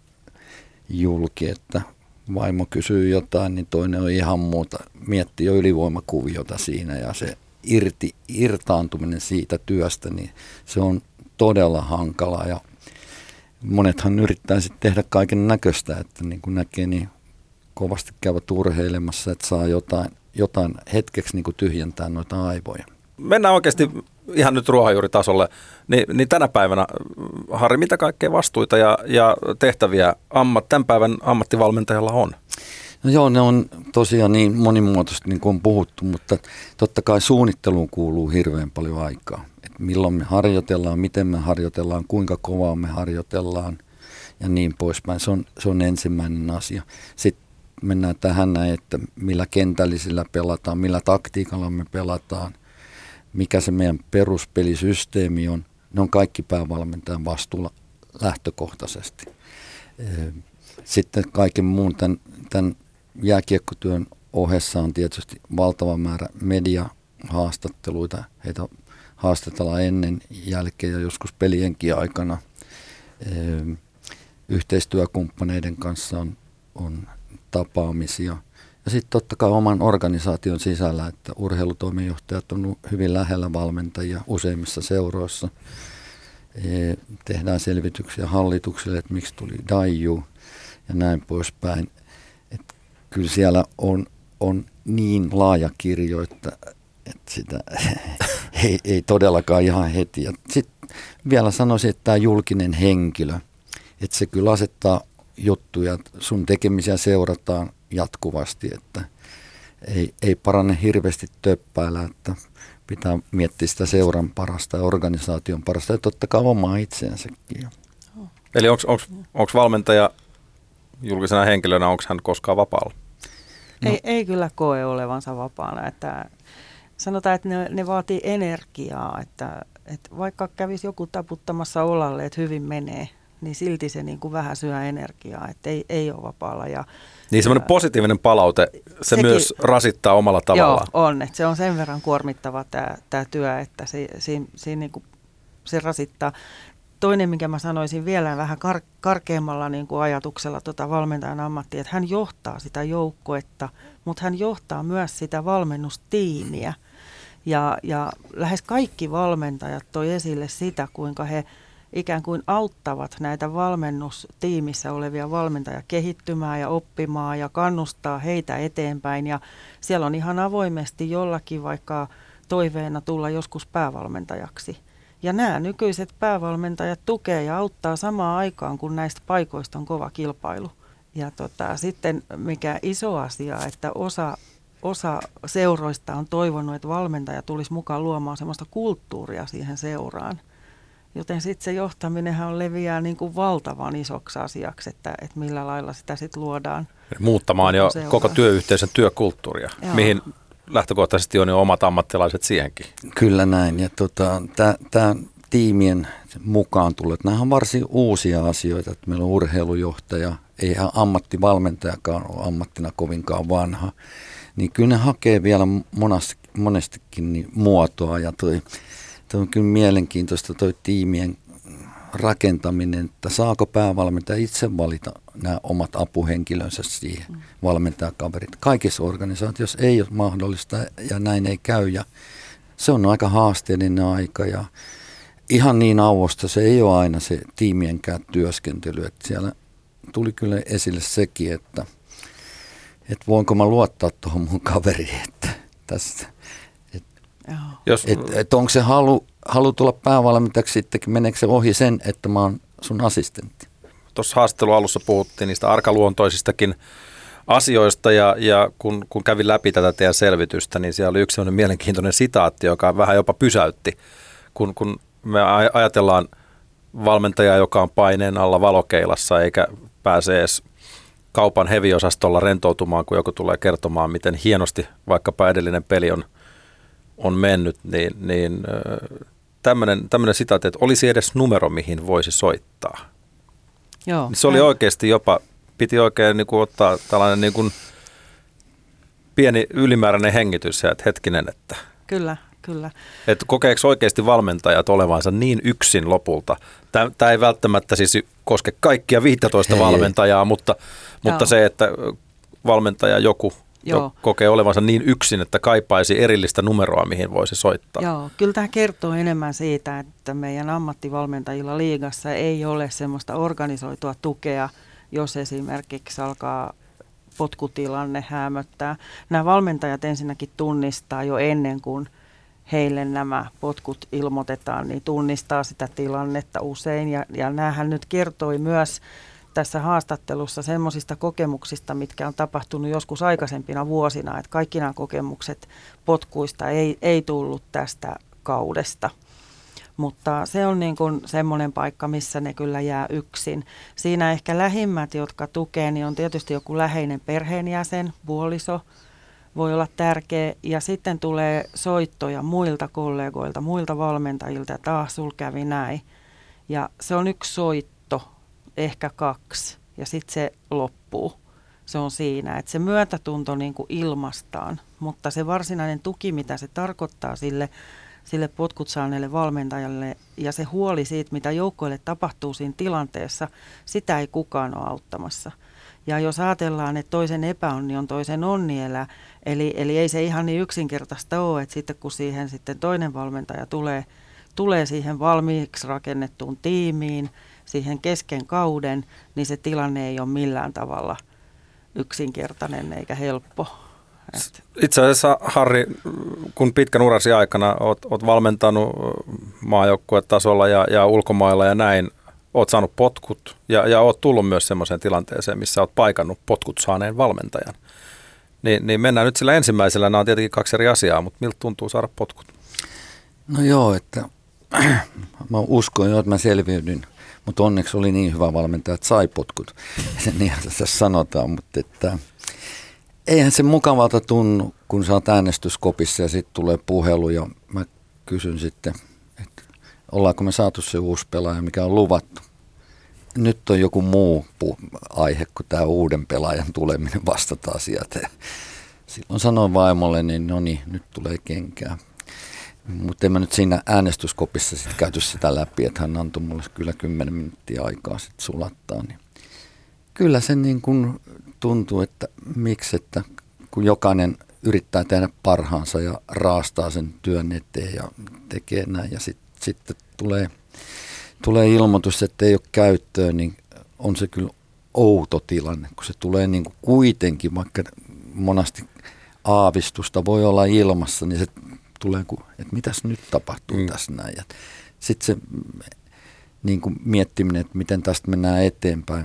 julki, että vaimo kysyy jotain, niin toinen on ihan muuta. Miettii jo ylivoimakuviota siinä ja se irti, irtaantuminen siitä työstä, niin se on todella hankalaa ja monethan yrittää sitten tehdä kaiken näköistä, että niin kuin näkee, niin kovasti käyvät urheilemassa, että saa jotain, jotain hetkeksi niin kuin tyhjentää noita aivoja. Mennään oikeasti ihan nyt ruohonjuuritasolle, niin, niin tänä päivänä, Harri, mitä kaikkea vastuita ja, ja tehtäviä ammat, tämän päivän ammattivalmentajalla on? No joo, ne on tosiaan niin monimuotoisesti niin kuin on puhuttu, mutta totta kai suunnitteluun kuuluu hirveän paljon aikaa. Et milloin me harjoitellaan, miten me harjoitellaan, kuinka kovaa me harjoitellaan ja niin poispäin. Se on, se on ensimmäinen asia. Sitten mennään tähän näin, että millä kentällisillä pelataan, millä taktiikalla me pelataan, mikä se meidän peruspelisysteemi on. Ne on kaikki päävalmentajan vastuulla lähtökohtaisesti. Sitten kaiken muun tämän, tämän jääkiekkotyön ohessa on tietysti valtava määrä mediahaastatteluita. Heitä haastatellaan ennen, jälkeen ja joskus pelienkin aikana. Yhteistyökumppaneiden kanssa on, on tapaamisia. Ja sitten totta kai oman organisaation sisällä, että urheilutoimenjohtajat on hyvin lähellä valmentajia useimmissa seuroissa. Tehdään selvityksiä hallitukselle, että miksi tuli daiju ja näin poispäin. Että kyllä siellä on, on niin laaja kirjo, että, että sitä ei, ei todellakaan ihan heti. Sitten vielä sanoisin, että tämä julkinen henkilö, että se kyllä asettaa juttuja, sun tekemisiä seurataan jatkuvasti, että ei, ei parane hirveästi töppäillä, että pitää miettiä sitä seuran parasta ja organisaation parasta ja totta kai omaa itseensäkin. Eli onko valmentaja julkisena henkilönä, onko hän koskaan vapaalla? No. Ei, ei kyllä koe olevansa vapaana. Että sanotaan, että ne, ne vaatii energiaa, että, että vaikka kävisi joku taputtamassa olalle, että hyvin menee, niin silti se niin kuin vähän syö energiaa, että ei, ei ole vapaalla. Ja, niin semmoinen ja, positiivinen palaute, se sekin, myös rasittaa omalla tavallaan. Joo, on. Että se on sen verran kuormittava tämä, tämä työ, että se, se, se, niin kuin, se rasittaa. Toinen, minkä mä sanoisin vielä vähän kar, karkeammalla niin kuin ajatuksella tota valmentajan ammattia, että hän johtaa sitä joukkuetta, mutta hän johtaa myös sitä valmennustiimiä. Ja, ja lähes kaikki valmentajat toi esille sitä, kuinka he ikään kuin auttavat näitä valmennustiimissä olevia valmentajia kehittymään ja oppimaan ja kannustaa heitä eteenpäin. Ja siellä on ihan avoimesti jollakin vaikka toiveena tulla joskus päävalmentajaksi. Ja nämä nykyiset päävalmentajat tukee ja auttaa samaan aikaan, kun näistä paikoista on kova kilpailu. Ja tota, sitten mikä iso asia, että osa, osa seuroista on toivonut, että valmentaja tulisi mukaan luomaan sellaista kulttuuria siihen seuraan. Joten sitten se johtaminenhan on leviää niin kuin valtavan isoksi asiaksi, että, että millä lailla sitä sitten luodaan. Muuttamaan jo seuraa. Koko työyhteisön työkulttuuria, Joo. mihin lähtökohtaisesti on jo omat ammattilaiset siihenkin. Kyllä näin. Ja tota, tämä tiimien mukaan tullut, nämä on varsin uusia asioita, että meillä on urheilujohtaja, eihän ammattivalmentajakaan ole ammattina kovinkaan vanha. Niin kyllä ne hakee vielä monestikin niin muotoa ja toi, toi on kyllä mielenkiintoista toi tiimien rakentaminen, että saako päävalmentaja itse valita nämä omat apuhenkilönsä siihen, mm. valmentajakaverit. Kaikissa organisaatioissa ei ole mahdollista ja näin ei käy ja se on aika haasteellinen aika ja ihan niin auosta se ei ole aina se tiimienkään työskentely, että siellä tuli kyllä esille sekin, että, että voinko mä luottaa tuohon mun kaveriin, että tästä, että, Jos... että, että onko se halu, halu tulla päävalmentajaksi sittenkin, meneekö se ohi sen, että mä oon sun assistentti? Tuossa haastattelun alussa puhuttiin niistä arkaluontoisistakin asioista ja, ja kun, kun kävin läpi tätä teidän selvitystä, niin siellä oli yksi sellainen mielenkiintoinen sitaatti, joka vähän jopa pysäytti, kun, kun me ajatellaan valmentajaa, joka on paineen alla valokeilassa eikä pääse edes kaupan heviosastolla rentoutumaan, kun joku tulee kertomaan, miten hienosti vaikkapa edellinen peli on, on mennyt, niin, niin tämmöinen, tämmöinen sitaatti, että olisi edes numero, mihin voisi soittaa. Joo, se oli oikeasti jopa, piti oikein niin kuin ottaa tällainen niin kuin pieni ylimääräinen hengitys ja että hetkinen, että... Kyllä. Kyllä. Että kokeeko oikeasti valmentajat olevansa niin yksin lopulta? Tämä ei välttämättä siis koske kaikkia viisitoista Hei. valmentajaa, mutta, mutta se, että valmentaja joku jo kokee olevansa niin yksin, että kaipaisi erillistä numeroa, mihin voisi soittaa. Joo, kyllä tämä kertoo enemmän siitä, että meidän ammattivalmentajilla liigassa ei ole semmoista organisoitua tukea, jos esimerkiksi alkaa potkutilanne häämöttää. Nämä valmentajat ensinnäkin tunnistaa jo ennen kuin heille nämä potkut ilmoitetaan, niin tunnistaa sitä tilannetta usein. Ja, ja näähän nyt kertoi myös tässä haastattelussa semmoisista kokemuksista, mitkä on tapahtunut joskus aikaisempina vuosina, että kaikki nämä kokemukset potkuista ei, ei tullut tästä kaudesta. Mutta se on niin kuin semmoinen paikka, missä ne kyllä jää yksin. Siinä ehkä lähimmät, jotka tukee, niin on tietysti joku läheinen perheenjäsen, puoliso, voi olla tärkeä. Ja sitten tulee soittoja muilta kollegoilta, muilta valmentajilta, ja taas sul kävi näin. Ja se on yksi soitto, ehkä kaksi, ja sitten se loppuu. Se on siinä, että se myötätunto niin kuin ilmastaan, mutta se varsinainen tuki, mitä se tarkoittaa sille, sille potkut saaneelle valmentajalle ja se huoli siitä, mitä joukkoille tapahtuu siinä tilanteessa, sitä ei kukaan ole auttamassa. Ja jos ajatellaan, että toisen epäonni on toisen onnielä, eli, eli ei se ihan niin yksinkertaista ole, että sitten kun siihen sitten toinen valmentaja tulee, tulee siihen valmiiksi rakennettuun tiimiin, siihen kesken kauden, niin se tilanne ei ole millään tavalla yksinkertainen eikä helppo. Et. Itse asiassa, Harri, kun pitkän urasi aikana oot, oot valmentanut maajoukkuetasolla ja, ja ulkomailla ja näin, oot saanut potkut ja, ja oot tullut myös semmoiseen tilanteeseen, missä oot paikannut potkut saaneen valmentajan. Niin, niin mennään nyt sillä ensimmäisellä, nämä on tietenkin kaksi eri asiaa, mutta miltä tuntuu saada potkut? No joo, että mä uskoin jo, että mä selviydyn, mutta onneksi oli niin hyvä valmentaja, että sai potkut. Niin tässä sanotaan, mutta että eihän se mukavalta tunnu, kun sä oot äänestyskopissa ja sitten tulee puhelu ja mä kysyn sitten, että ollaanko me saatu se uusi pelaaja, mikä on luvattu. Nyt on joku muu aihe kuin tämä uuden pelaajan tuleminen, vastataan sieltä. Silloin sanoin vaimolle, niin no niin, nyt tulee kenkää. Mutta en mä nyt siinä äänestyskopissa sitten käyty sitä läpi, että hän antoi mulle kyllä kymmenen minuuttia aikaa sitten sulattaa. Niin kyllä se niin kuin tuntuu, että miksi, että kun jokainen yrittää tehdä parhaansa ja raastaa sen työn eteen ja tekee näin ja sitten sit tulee, tulee ilmoitus, että ei ole käyttöä, niin on se kyllä outo tilanne, kun se tulee niin kuin kuitenkin, vaikka monasti aavistusta voi olla ilmassa, niin se tulee, että mitäs nyt tapahtuu mm. tässä näin. Sitten se niin kuin miettiminen, että miten tästä mennään eteenpäin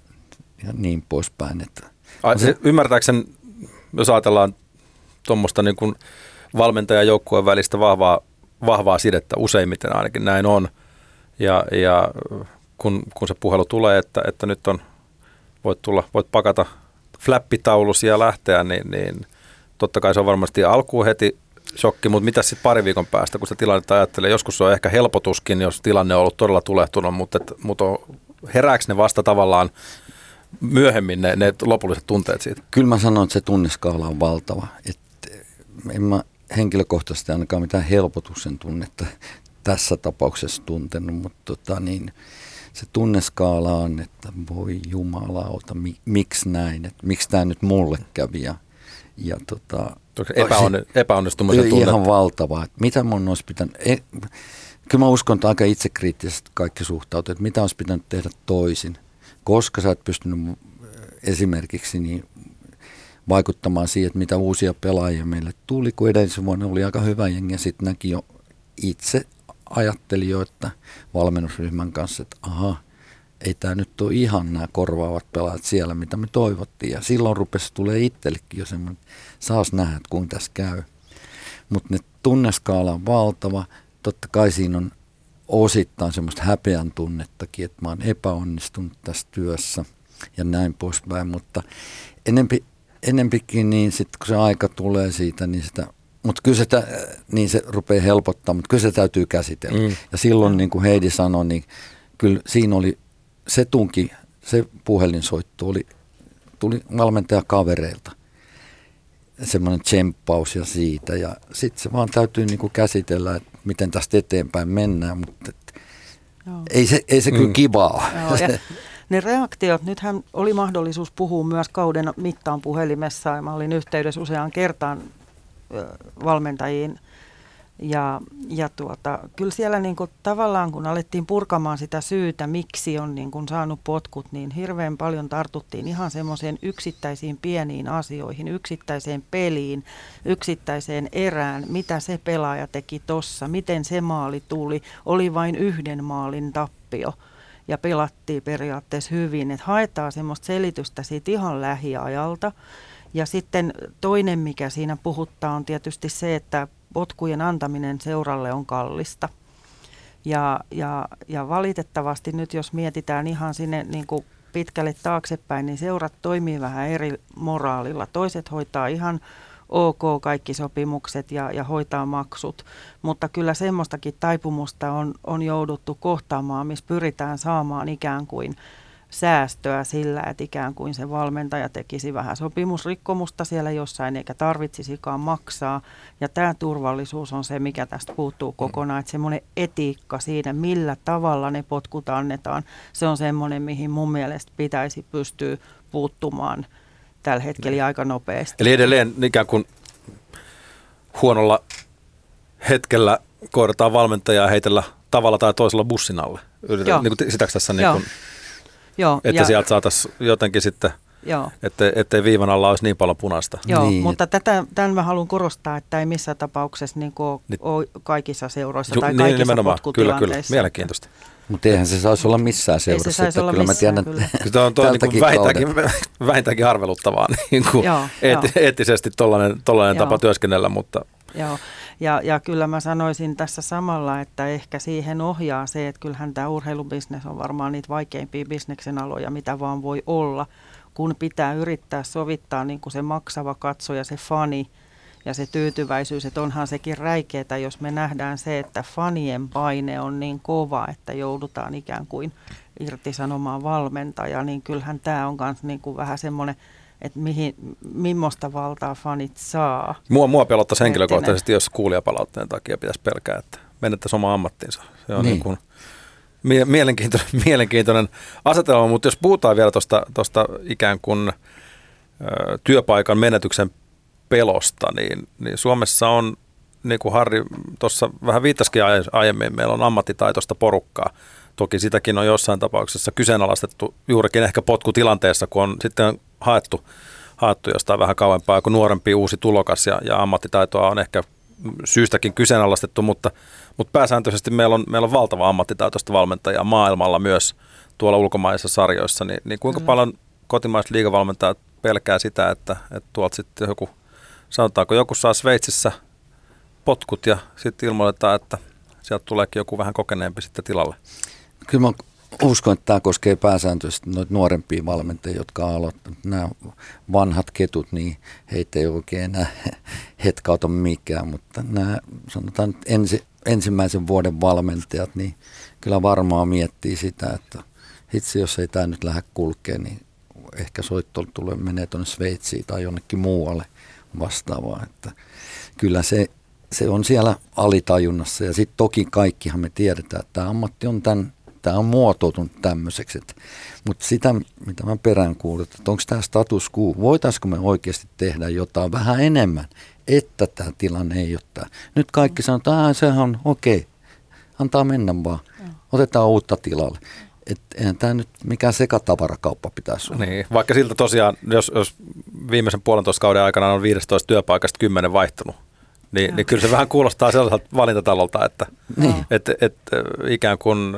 ja niin poispäin. Että Ai, se, ymmärtääkseni, jos ajatellaan tuommoista niin kuin valmentajan joukkueen välistä vahvaa, vahvaa sidettä, useimmiten ainakin näin on, ja, ja kun, kun se puhelu tulee, että, että nyt on, voit, tulla, voit pakata flappitaulusi ja lähteä, niin, niin totta kai se on varmasti alkuun heti shokki, mutta mitä sitten pari viikon päästä, kun sitä tilannetta ajattelee, joskus se on ehkä helpotuskin, jos tilanne on ollut todella tulehtunut, mutta, et, mutta herääkö ne vasta tavallaan myöhemmin ne, ne lopulliset tunteet siitä? Kyllä mä sanon, että se tunneskaala on valtava. Et en mä henkilökohtaisesti ainakaan mitään helpotuksen tunnetta tässä tapauksessa tuntenut, mutta tota niin, se tunneskaala on, että voi jumalauta, mi, miksi näin, että miksi tämä nyt mulle kävi ja, ja tota, Epäonne, epäonnistumisen tunne. Ihan valtavaa. Että mitä mun olisi pitänyt, e, kyllä mä uskon, että aika itsekriittisesti kaikki suhtautuu, että mitä olisi pitänyt tehdä toisin, koska sä et pystynyt esimerkiksi niin vaikuttamaan siihen, että mitä uusia pelaajia meille tuli, kun edellisen vuonna oli aika hyvä jengi ja sitten näki jo itse, ajatteli jo, että valmennusryhmän kanssa, että aha, ei tämä nyt ole ihan nämä korvaavat pelaajat siellä, mitä me toivottiin. Ja silloin rupesi tulee itsellekin jo semmoinen, että saas nähdä, että kuinka tässä käy. Mutta ne tunneskaala on valtava. Totta kai siinä on osittain semmoista häpeän tunnettakin, että mä oon epäonnistunut tässä työssä ja näin poispäin. Mutta enempi, enempikin niin sitten, kun se aika tulee siitä, niin sitä, mutta kyllä se, niin se rupeaa helpottaa, mutta kyllä se täytyy käsitellä. Mm. Ja silloin, niin kuin Heidi sanoi, niin kyllä siinä oli se tunki, se puhelinsoitto oli, tuli valmentajakavereilta. Semmoinen tsemppaus ja siitä. Ja sitten se vaan täytyy niinku käsitellä, että miten tästä eteenpäin mennään, mutta et, ei se, ei se mm. kyllä kivaa. Joo, ja ne reaktiot, nythän oli mahdollisuus puhua myös kauden mittaan puhelimessa, ja mä olin yhteydessä useaan kertaan valmentajiin Ja, ja tuota, kyllä siellä niin kuin tavallaan, kun alettiin purkamaan sitä syytä, miksi on niin kuin saanut potkut, niin hirveän paljon tartuttiin ihan semmoiseen yksittäisiin pieniin asioihin, yksittäiseen peliin, yksittäiseen erään, mitä se pelaaja teki tossa, miten se maali tuli, oli vain yhden maalin tappio ja pelattiin periaatteessa hyvin, että haetaan semmoista selitystä siitä ihan lähiajalta. Ja sitten toinen, mikä siinä puhuttaa, on tietysti se, että potkujen antaminen seuralle on kallista. Ja, ja, ja valitettavasti nyt, jos mietitään ihan sinne niin kuin pitkälle taaksepäin, niin seurat toimii vähän eri moraalilla. Toiset hoitaa ihan ok kaikki sopimukset ja, ja hoitaa maksut, mutta kyllä semmoistakin taipumusta on, on jouduttu kohtaamaan, missä pyritään saamaan ikään kuin säästöä sillä, että ikään kuin se valmentaja tekisi vähän sopimusrikkomusta siellä jossain eikä tarvitsisikaan maksaa. Ja tämä turvallisuus on se, mikä tästä puuttuu kokonaan, että semmoinen etiikka siinä, millä tavalla ne potkut annetaan, se on semmoinen, mihin mun mielestä pitäisi pystyä puuttumaan tällä hetkellä aika nopeasti. Eli edelleen ikään kuin huonolla hetkellä koirataan valmentajaa heitellä tavalla tai toisella bussin alle. Yritetään, niin kuin sitäkö tässä niin kuin, Joo, että ja sieltä saataisiin jotenkin sitten, ettei, ettei viivan alla olisi niin paljon punaista. Joo, niin. Mutta tätä, tämän mä haluan korostaa, että ei missään tapauksessa niin kuin niin, ole kaikissa seuroissa ju, tai niin, kaikissa nimenomaan. potkutilanteissa. Kyllä, kyllä. Mielenkiintoista. Mutta eihän se saisi olla missään seurassa. Ei se saisi olla kyllä missään, mä tiedän, kyllä. Tämä on toi niin vähintäänkin, vähintäänkin arveluttavaa niin kuin joo, eet, jo. eettisesti tollainen, tollainen tapa työskennellä, mutta... Joo, ja, ja kyllä mä sanoisin tässä samalla, että ehkä siihen ohjaa se, että kyllähän tämä urheilubisnes on varmaan niitä vaikeimpia bisneksen aloja, mitä vaan voi olla, kun pitää yrittää sovittaa niin kuin se maksava katsoja, se fani ja se tyytyväisyys, että onhan sekin räikeetä, jos me nähdään se, että fanien paine on niin kova, että joudutaan ikään kuin irtisanomaan valmentaja, niin kyllähän tämä on myös niin kuin vähän semmoinen, että mihin, millaista valtaa fanit saa. Mua, mua pelottaisi henkilökohtaisesti, jos kuulijapalautteen takia pitäisi pelkää, että menettäisiin oma ammattinsa. Se on niin. Niin kuin mie- mielenkiintoinen, mielenkiintoinen asetelma, mutta jos puhutaan vielä tuosta ikään kuin ö, työpaikan menetyksen pelosta, niin, niin Suomessa on, niin kuin Harri tuossa vähän viittasikin aiemmin, meillä on ammattitaitoista porukkaa. Toki sitäkin on jossain tapauksessa kyseenalaistettu juurikin ehkä potkutilanteessa, kun on sitten haettu, haettu jostain vähän kauempaa, joku nuorempi uusi tulokas ja, ja ammattitaitoa on ehkä syystäkin kyseenalaistettu, mutta, mutta pääsääntöisesti meillä on, meillä on valtava ammattitaitoista valmentajaa maailmalla myös tuolla ulkomaisissa sarjoissa, niin, niin kuinka Kyllä. paljon kotimaiset liigavalmentajat pelkää sitä, että, että tuolta sitten joku, sanotaanko joku saa Sveitsissä potkut ja sitten ilmoitetaan, että sieltä tuleekin joku vähän kokeneempi sitten tilalle. Kyllä mä uskon, että tämä koskee pääsääntöisesti noita nuorempia valmentajia, jotka on aloittanut. Nämä vanhat ketut, niin heitä ei oikein enää hetkauta mikään, mutta nämä sanotaan ensi, ensimmäisen vuoden valmentajat, niin kyllä varmaan miettii sitä, että hitsi, jos ei tämä nyt lähde kulkea, niin ehkä soitto tulee, menee tuonne Sveitsiin tai jonnekin muualle vastaavaa. Että kyllä se, se on siellä alitajunnassa ja sitten toki kaikkihan me tiedetään, että tämä ammatti on tämän Tämä on muotoutunut tämmöiseksi, mutta sitä, mitä mä peräänkuulut, että onko tämä status quo, voitaisiko me oikeasti tehdä jotain vähän enemmän, että tämä tilanne ei ole tämä. Nyt kaikki sanotaan, että sehän on okei, antaa mennä vaan, otetaan uutta tilalle. Että eihän tämä nyt mikään sekatavarakauppa pitäisi olla. Niin, vaikka siltä tosiaan, jos, jos viimeisen puolentoista kauden aikana on viisitoista työpaikasta kymmenen vaihtunut, niin, niin kyllä se vähän kuulostaa sellaiselta valintatalolta, että niin. et, et, ikään kuin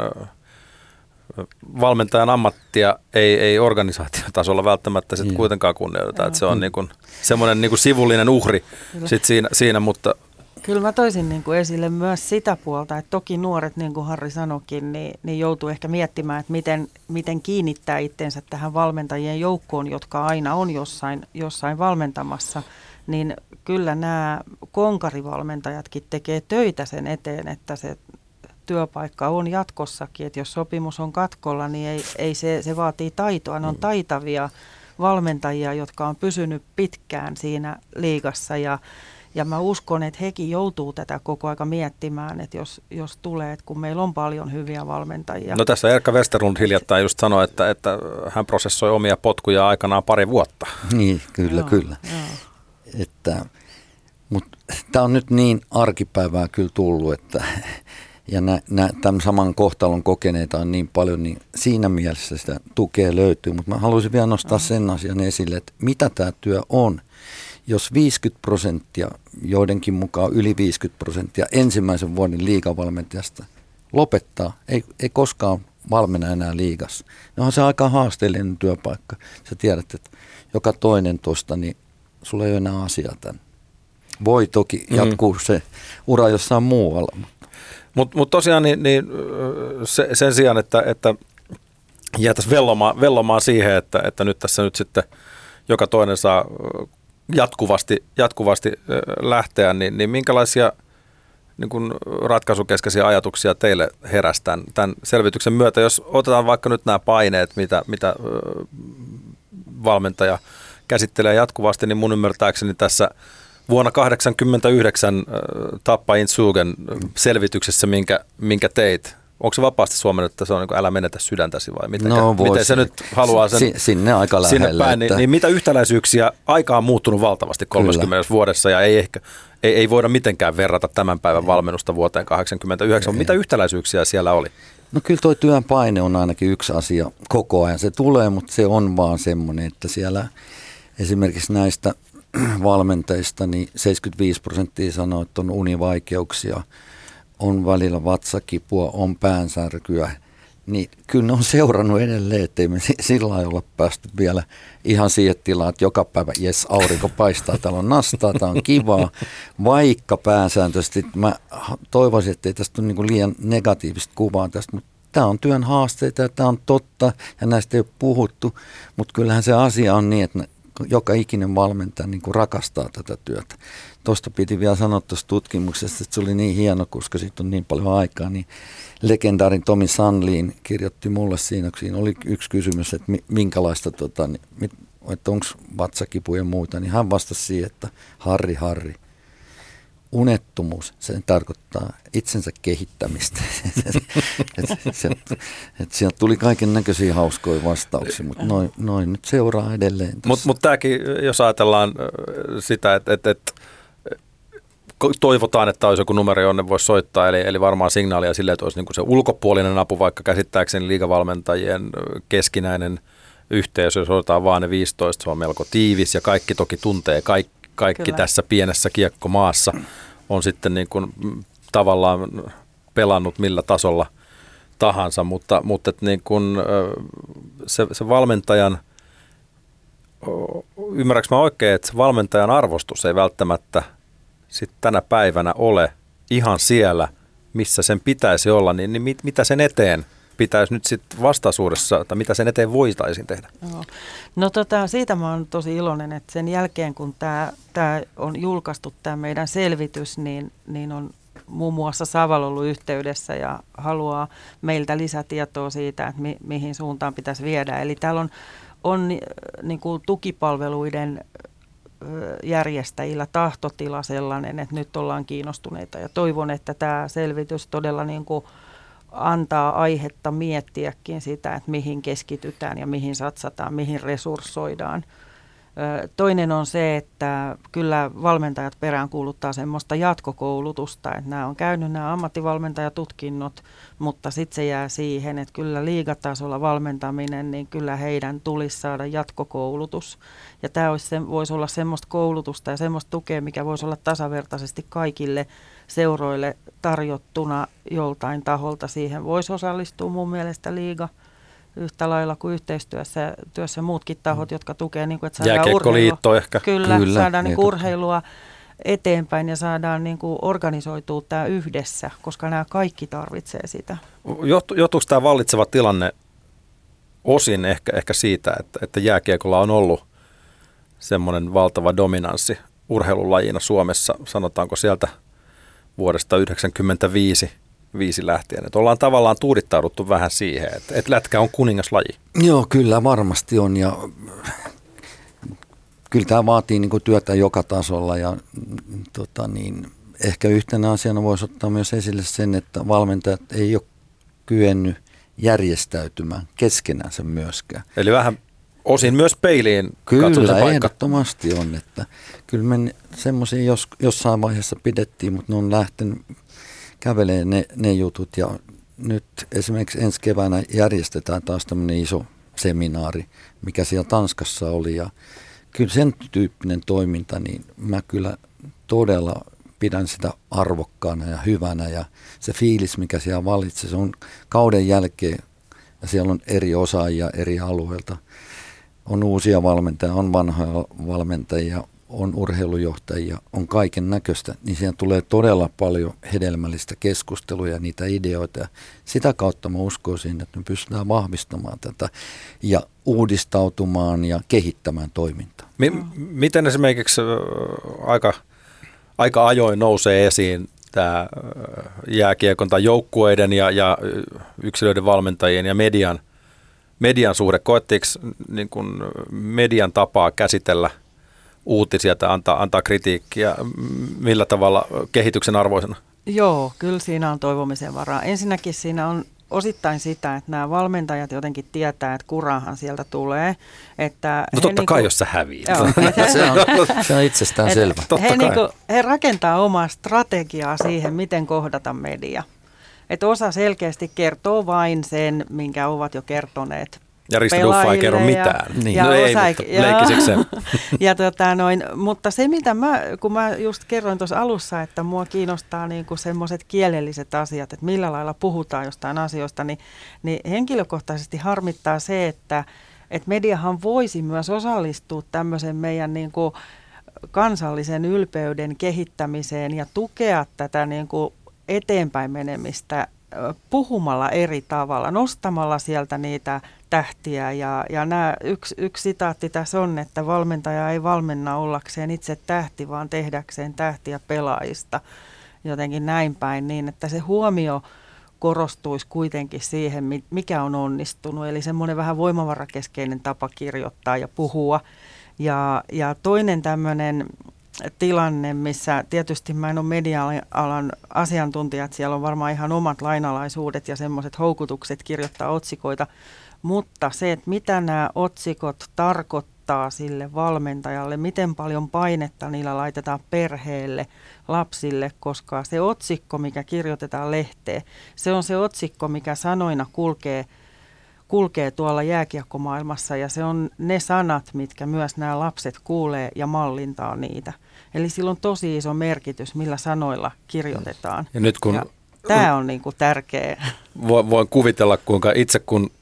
valmentajan ammattia ei, ei organisaatiotasolla välttämättä sit kuitenkaan kunnioiteta, että se on niin kuin semmoinen niin kuin sivullinen uhri sit siinä, siinä, mutta... Kyllä mä toisin niin kuin esille myös sitä puolta, että toki nuoret, niin kuin Harri sanoikin, niin, niin joutuu ehkä miettimään, että miten, miten kiinnittää itsensä tähän valmentajien joukkoon, jotka aina on jossain, jossain valmentamassa, niin kyllä nämä konkarivalmentajatkin tekee töitä sen eteen, että se työpaikka on jatkossakin, että jos sopimus on katkolla, niin ei, ei se, se vaatii taitoa. Ne on taitavia valmentajia, jotka on pysynyt pitkään siinä liigassa ja, ja mä uskon, että hekin joutuu tätä koko aika miettimään, että jos, jos tulee, että kun meillä on paljon hyviä valmentajia. No tässä Erkka Westerlund hiljattain just sanoi, että, että hän prosessoi omia potkuja aikanaan pari vuotta. Niin, kyllä, joo, kyllä. Joo. Että Mutta tämä on nyt niin arkipäivää kyllä tullut, että ja nä, nä, tämän saman kohtalon kokeneita on niin paljon, niin siinä mielessä sitä tukea löytyy. Mutta mä haluaisin vielä nostaa sen asian esille, että mitä tämä työ on. Jos viisikymmentä prosenttia, joidenkin mukaan yli viisikymmentä prosenttia ensimmäisen vuoden liigavalmentajasta lopettaa, ei, ei koskaan valmenna enää liigassa. No on se aika haasteellinen työpaikka. Sä tiedät, että joka toinen tuosta, niin sulla ei ole enää asiaa tämän. Voi toki jatkuu mm. se ura jossain muualla. Mutta mut tosiaan niin, niin se, sen sijaan, että, että jäätäisiin vellomaan, vellomaan siihen, että, että nyt tässä nyt sitten joka toinen saa jatkuvasti, jatkuvasti lähteä, niin, niin minkälaisia niin kun ratkaisukeskeisiä ajatuksia teille heräsi tämän, tämän selvityksen myötä, jos otetaan vaikka nyt nämä paineet, mitä, mitä valmentaja käsittelee jatkuvasti, niin mun ymmärtääkseni tässä vuonna kahdeksankymmentäyhdeksän Tappa Intsugen selvityksessä, minkä, minkä teit, onko se vapaasti suomennettu, että se on niin kuin älä menetä sydäntäsi vai miten, no, miten se nyt haluaa sen si- sinne aika lähelle. Sinne päin, niin, niin mitä yhtäläisyyksiä, aika on muuttunut valtavasti kolmekymmentä Kyllä. vuodessa ja ei ehkä ei, ei voida mitenkään verrata tämän päivän valmennusta vuoteen kahdeksankymmentäyhdeksän, mutta mitä yhtäläisyyksiä siellä oli? No kyllä tuo työn paine on ainakin yksi asia koko ajan. Se tulee, mutta se on vaan semmoinen, että siellä esimerkiksi näistä valmentajista niin seitsemänkymmentäviisi prosenttia sanoo, että on univaikeuksia, on välillä vatsakipua, on päänsärkyä. Niin kyllä ne on seurannut edelleen, ettei me sillä lailla olla päästy vielä ihan siihen tilaan, että joka päivä, jes, aurinko paistaa, täällä on nastaa, tää on kivaa, vaikka pääsääntöisesti mä toivoisin, että ei tästä ole niin kuin liian negatiivista kuvaa tästä, mutta tämä on työn haasteita ja tämä on totta ja näistä ei ole puhuttu, mutta kyllähän se asia on niin, että joka ikinen valmentaja niin kuin rakastaa tätä työtä. Tuosta piti vielä sanoa tuosta tutkimuksesta, että se oli niin hieno, koska siitä on niin paljon aikaa, niin legendaarin Tommy Sandlin kirjoitti mulle siinä, kun siinä oli yksi kysymys, että minkälaista, tota, niin, että onko vatsakipuja ja muuta, niin hän vastasi siihen, että Harri, Harri, unettomuus, se tarkoittaa itsensä kehittämistä. et, et, et sieltä tuli kaiken näköisiä hauskoja vastauksia, mutta noin noi nyt seuraa edelleen. Mutta mut tämäkin, jos ajatellaan sitä, että et, et, toivotaan, että olisi joku numero, jonne voisi soittaa, eli, eli varmaan signaalia sille, että olisi niinku se ulkopuolinen apu, vaikka käsittääkseni liigavalmentajien keskinäinen yhteys, jos otetaan vaan ne viisitoista, se on melko tiivis ja kaikki toki tuntee kaikki. Kaikki Kyllä. tässä pienessä kiekkomaassa on sitten niin kuin tavallaan pelannut millä tasolla tahansa, mutta, mutta että niin kuin se, se valmentajan, ymmärrätkö mä oikein, että se valmentajan arvostus ei välttämättä sit tänä päivänä ole ihan siellä, missä sen pitäisi olla, niin, niin mit, mitä sen eteen pitäisi nyt sitten vastaisuudessa, tai mitä sen eteen voitaisiin tehdä? No, no tota, siitä mä oon tosi iloinen, että sen jälkeen kun tämä on julkaistu, tämä meidän selvitys, niin, niin on muun muassa Saval ollut yhteydessä ja haluaa meiltä lisätietoa siitä, että mi, mihin suuntaan pitäisi viedä. Eli täällä on, on niin kuin tukipalveluiden järjestäjillä tahtotila sellainen, että nyt ollaan kiinnostuneita ja toivon, että tämä selvitys todella niin kuin antaa aihetta miettiäkin sitä, että mihin keskitytään ja mihin satsataan, mihin resurssoidaan. Toinen on se, että kyllä valmentajat peräänkuuluttaa semmoista jatkokoulutusta, että nämä on käynyt nämä ammattivalmentajatutkinnot, mutta sitten se jää siihen, että kyllä liigatasolla valmentaminen, niin kyllä heidän tulisi saada jatkokoulutus. Ja tämä olisi, voisi olla semmoista koulutusta ja semmoista tukea, mikä voisi olla tasavertaisesti kaikille seuroille tarjottuna joltain taholta. Siihen voisi osallistua mun mielestä liiga yhtä lailla kuin yhteistyössä työssä muutkin tahot, jotka tukee, niin kuin, että saadaan Jääkiekkoliitto ehkä. Kyllä, kyllä saadaan niin kuin urheilua eteenpäin ja saadaan niin kuin organisoitua tämä yhdessä, koska nämä kaikki tarvitsee sitä. Johtuuko tämä vallitseva tilanne osin ehkä, ehkä siitä, että, että jääkiekolla on ollut semmoinen valtava dominanssi urheilulajina Suomessa, sanotaanko sieltä vuodesta yhdeksänkymmentäviisi viisi lähtien. Että ollaan tavallaan tuudittauduttu vähän siihen, että, että lätkä on kuningaslaji. Joo, kyllä varmasti on ja kyllä tämä vaatii niin kuin työtä joka tasolla ja tota niin, ehkä yhtenä asiana voisi ottaa myös esille sen, että valmentajat ei ole kyennyt järjestäytymään keskenänsä myöskään. Eli vähän osin myös peiliin katsomisen Kyllä, paikka. ehdottomasti on. Että kyllä me semmoisia jos, jossain vaiheessa pidettiin, mutta ne on lähtenyt kävelemään ne, ne jutut. Ja nyt esimerkiksi ensi keväänä järjestetään taas tämmöinen iso seminaari, mikä siellä Tanskassa oli. Ja kyllä sen tyyppinen toiminta, niin mä kyllä todella pidän sitä arvokkaana ja hyvänä. Ja se fiilis, mikä siellä valitsee, se on kauden jälkeen, ja siellä on eri osaajia eri alueilta. On uusia valmentajia, on vanhoja valmentajia, on urheilujohtajia, on kaiken näköistä, niin siihen tulee todella paljon hedelmällistä keskustelua ja niitä ideoita. Ja sitä kautta mä uskoisin, että me pystytään vahvistamaan tätä ja uudistautumaan ja kehittämään toimintaa. M- miten esimerkiksi aika, aika ajoin nousee esiin tämä jääkiekon tai joukkueiden ja, ja yksilöiden valmentajien ja median, median suhde? Koettiinko niin kuin median tapaa käsitellä uutisia tai antaa, antaa kritiikkiä millä tavalla kehityksen arvoisena? Joo, kyllä siinä on toivomisen varaa. Ensinnäkin siinä on osittain sitä, että nämä valmentajat jotenkin tietää, että kurahan sieltä tulee. Että no totta niin kai, kuin, jos sä häviät. Joo, se, on, se on itsestään selvä. He, niin kuin, he rakentaa omaa strategiaa siihen, miten kohdata media. Että osa selkeästi kertoo vain sen, minkä ovat jo kertoneet. Ja Risto Duffa ei kerro mitään. Ja, niin. ja no ei, osa, mutta leikkisekseen. ja tota noin, mutta se mitä mä, kun mä just kerroin tuossa alussa, että mua kiinnostaa niinku semmoiset kielelliset asiat, että millä lailla puhutaan jostain asioista, niin, niin henkilökohtaisesti harmittaa se, että et mediahan voisi myös osallistua tämmöisen meidän niinku kansallisen ylpeyden kehittämiseen ja tukea tätä niinku eteenpäin menemistä puhumalla eri tavalla, nostamalla sieltä niitä tähtiä. Ja, ja nämä, yksi, yksi sitaatti tässä on, että valmentaja ei valmenna ollakseen itse tähti, vaan tehdäkseen tähtiä pelaajista. Jotenkin näin päin, niin että se huomio korostuisi kuitenkin siihen, mikä on onnistunut. Eli semmoinen vähän voimavarakeskeinen tapa kirjoittaa ja puhua. Ja, ja toinen tämmöinen tilanne, missä tietysti mä en ole media-alan asiantuntija, että siellä on varmaan ihan omat lainalaisuudet ja semmoiset houkutukset kirjoittaa otsikoita, mutta se, että mitä nämä otsikot tarkoittaa sille valmentajalle, miten paljon painetta niillä laitetaan perheelle, lapsille, koska se otsikko, mikä kirjoitetaan lehteen, se on se otsikko, mikä sanoina kulkee kulkee tuolla jääkiekkomaailmassa ja se on ne sanat, mitkä myös nämä lapset kuulee ja mallintaa niitä. Eli sillä on tosi iso merkitys, millä sanoilla kirjoitetaan. Ja nyt kun, ja tämä on niin kuin tärkeä. Voin kuvitella, kuinka itse kun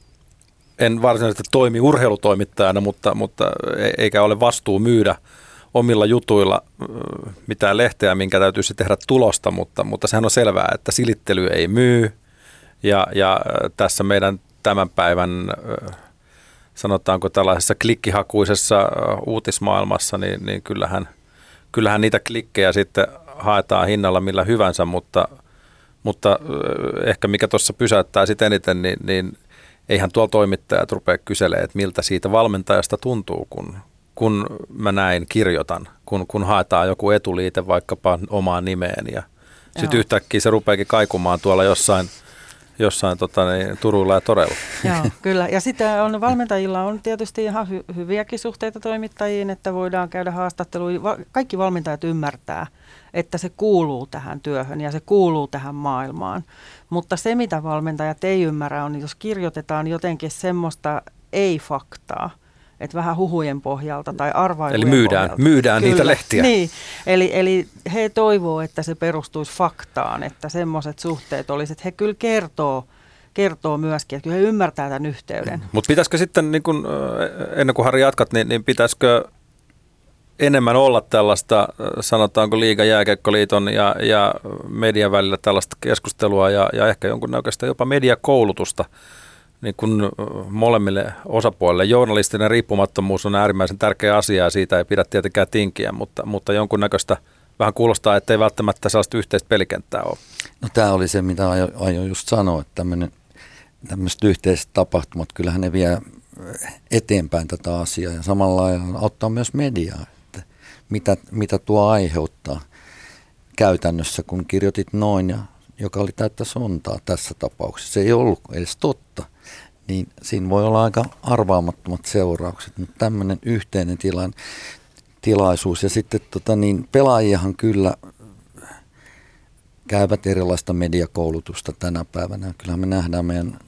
en varsinaisesti toimi urheilutoimittajana, mutta, mutta eikä ole vastuu myydä omilla jutuilla mitään lehteä, minkä täytyisi tehdä tulosta, mutta, mutta sehän on selvää, että silittely ei myy ja, ja tässä meidän tämän päivän, sanotaanko tällaisessa klikkihakuisessa uutismaailmassa, niin, niin kyllähän, kyllähän niitä klikkejä sitten haetaan hinnalla millä hyvänsä, mutta, mutta ehkä mikä tuossa pysäyttää sitten eniten, niin, niin eihän tuolla toimittajat rupea kyselemään, että miltä siitä valmentajasta tuntuu, kun, kun mä näin kirjoitan, kun, kun haetaan joku etuliite vaikkapa omaan nimeen ja sitten yhtäkkiä se rupeakin kaikumaan tuolla jossain jossain tota, niin, Turuilla ja Toreilla. Joo, kyllä. Ja sitten on, valmentajilla on tietysti ihan hy- hyviäkin suhteita toimittajiin, että voidaan käydä haastatteluja. Va- kaikki valmentajat ymmärtää, että se kuuluu tähän työhön ja se kuuluu tähän maailmaan. Mutta se, mitä valmentajat ei ymmärrä, on, jos kirjoitetaan jotenkin semmoista ei-faktaa, että vähän huhujen pohjalta tai arvailujen Eli myydään, pohjalta. myydään niitä lehtiä. Niin, eli, eli he toivoo, että se perustuisi faktaan, että semmoiset suhteet olisi, että he kyllä kertoo, kertoo myöskin, että kyllä he ymmärtää tämän yhteyden. Mutta pitäisikö sitten, niin kun, ennen kuin Harri jatkat, niin, niin pitäisikö enemmän olla tällaista, sanotaanko Liiga Jääkiekkoliiton ja, ja median välillä tällaista keskustelua ja, ja ehkä jonkunnäköistä jopa mediakoulutusta, niin kun molemmille osapuolille. Journalistinen riippumattomuus on äärimmäisen tärkeä asia ja siitä ei pidä tietenkään tinkiä, mutta, mutta jonkunnäköistä vähän kuulostaa, että ei välttämättä sellaista yhteistä pelikenttää ole. No tämä oli se, mitä aion aio just sanoa, että tämmöiset yhteiset tapahtumat, kyllähän ne vie eteenpäin tätä asiaa ja samalla lailla auttaa myös mediaa, että mitä, mitä tuo aiheuttaa käytännössä, kun kirjoitit noin ja joka oli täyttä sontaa tässä tapauksessa. Se ei ollut edes totta. niin siinä voi olla aika arvaamattomat seuraukset, mutta tämmöinen yhteinen tilan, tilaisuus ja sitten tota, niin pelaajiahan kyllä käyvät erilaista mediakoulutusta tänä päivänä. Kyllähän me nähdään meidän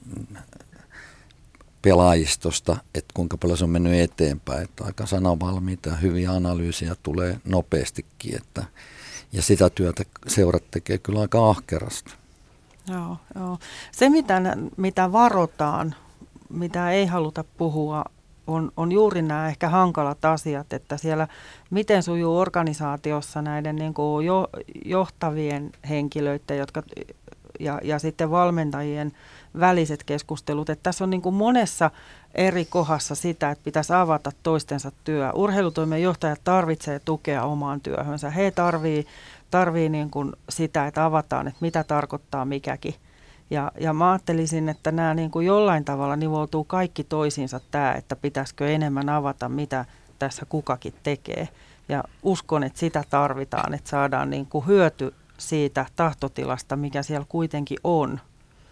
pelaajistosta, että kuinka paljon se on mennyt eteenpäin, että aika sanavalmiita ja hyviä analyysiä tulee nopeastikin, että, ja sitä työtä seurat tekee kyllä aika ahkerasti. Joo, joo. Se, mitä, mitä varotaan, mitä ei haluta puhua, on, on juuri nämä ehkä hankalat asiat, että siellä miten sujuu organisaatiossa näiden niin kuin jo, johtavien henkilöiden jotka, ja, ja sitten valmentajien väliset keskustelut. Että tässä on niin kuin monessa eri kohdassa sitä, että pitäisi avata toistensa työ. Urheilutoimen johtajat tarvitsee tukea omaan työhönsä. He tarvii, tarvii niin kuin sitä, että avataan, että mitä tarkoittaa mikäkin. Ja, ja mä ajattelisin, että nämä niin kuin jollain tavalla nivoutuu kaikki toisiinsa tämä, että pitäisikö enemmän avata, mitä tässä kukakin tekee. Ja uskon, että sitä tarvitaan, että saadaan niin kuin hyöty siitä tahtotilasta, mikä siellä kuitenkin on.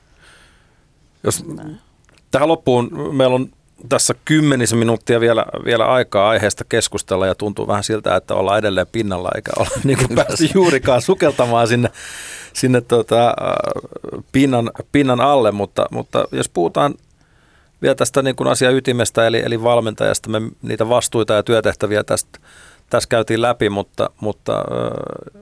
Jos tähän loppuun meillä on tässä kymmenisen minuuttia vielä, vielä aikaa aiheesta keskustella ja tuntuu vähän siltä, että ollaan edelleen pinnalla eikä olla niin kuin päästy juurikaan sukeltamaan sinne, sinne tota, pinnan, pinnan alle, mutta, mutta jos puhutaan vielä tästä niin kuin asian ytimestä eli, eli valmentajasta, me niitä vastuita ja työtehtäviä tästä, tässä käytiin läpi, mutta, mutta äh,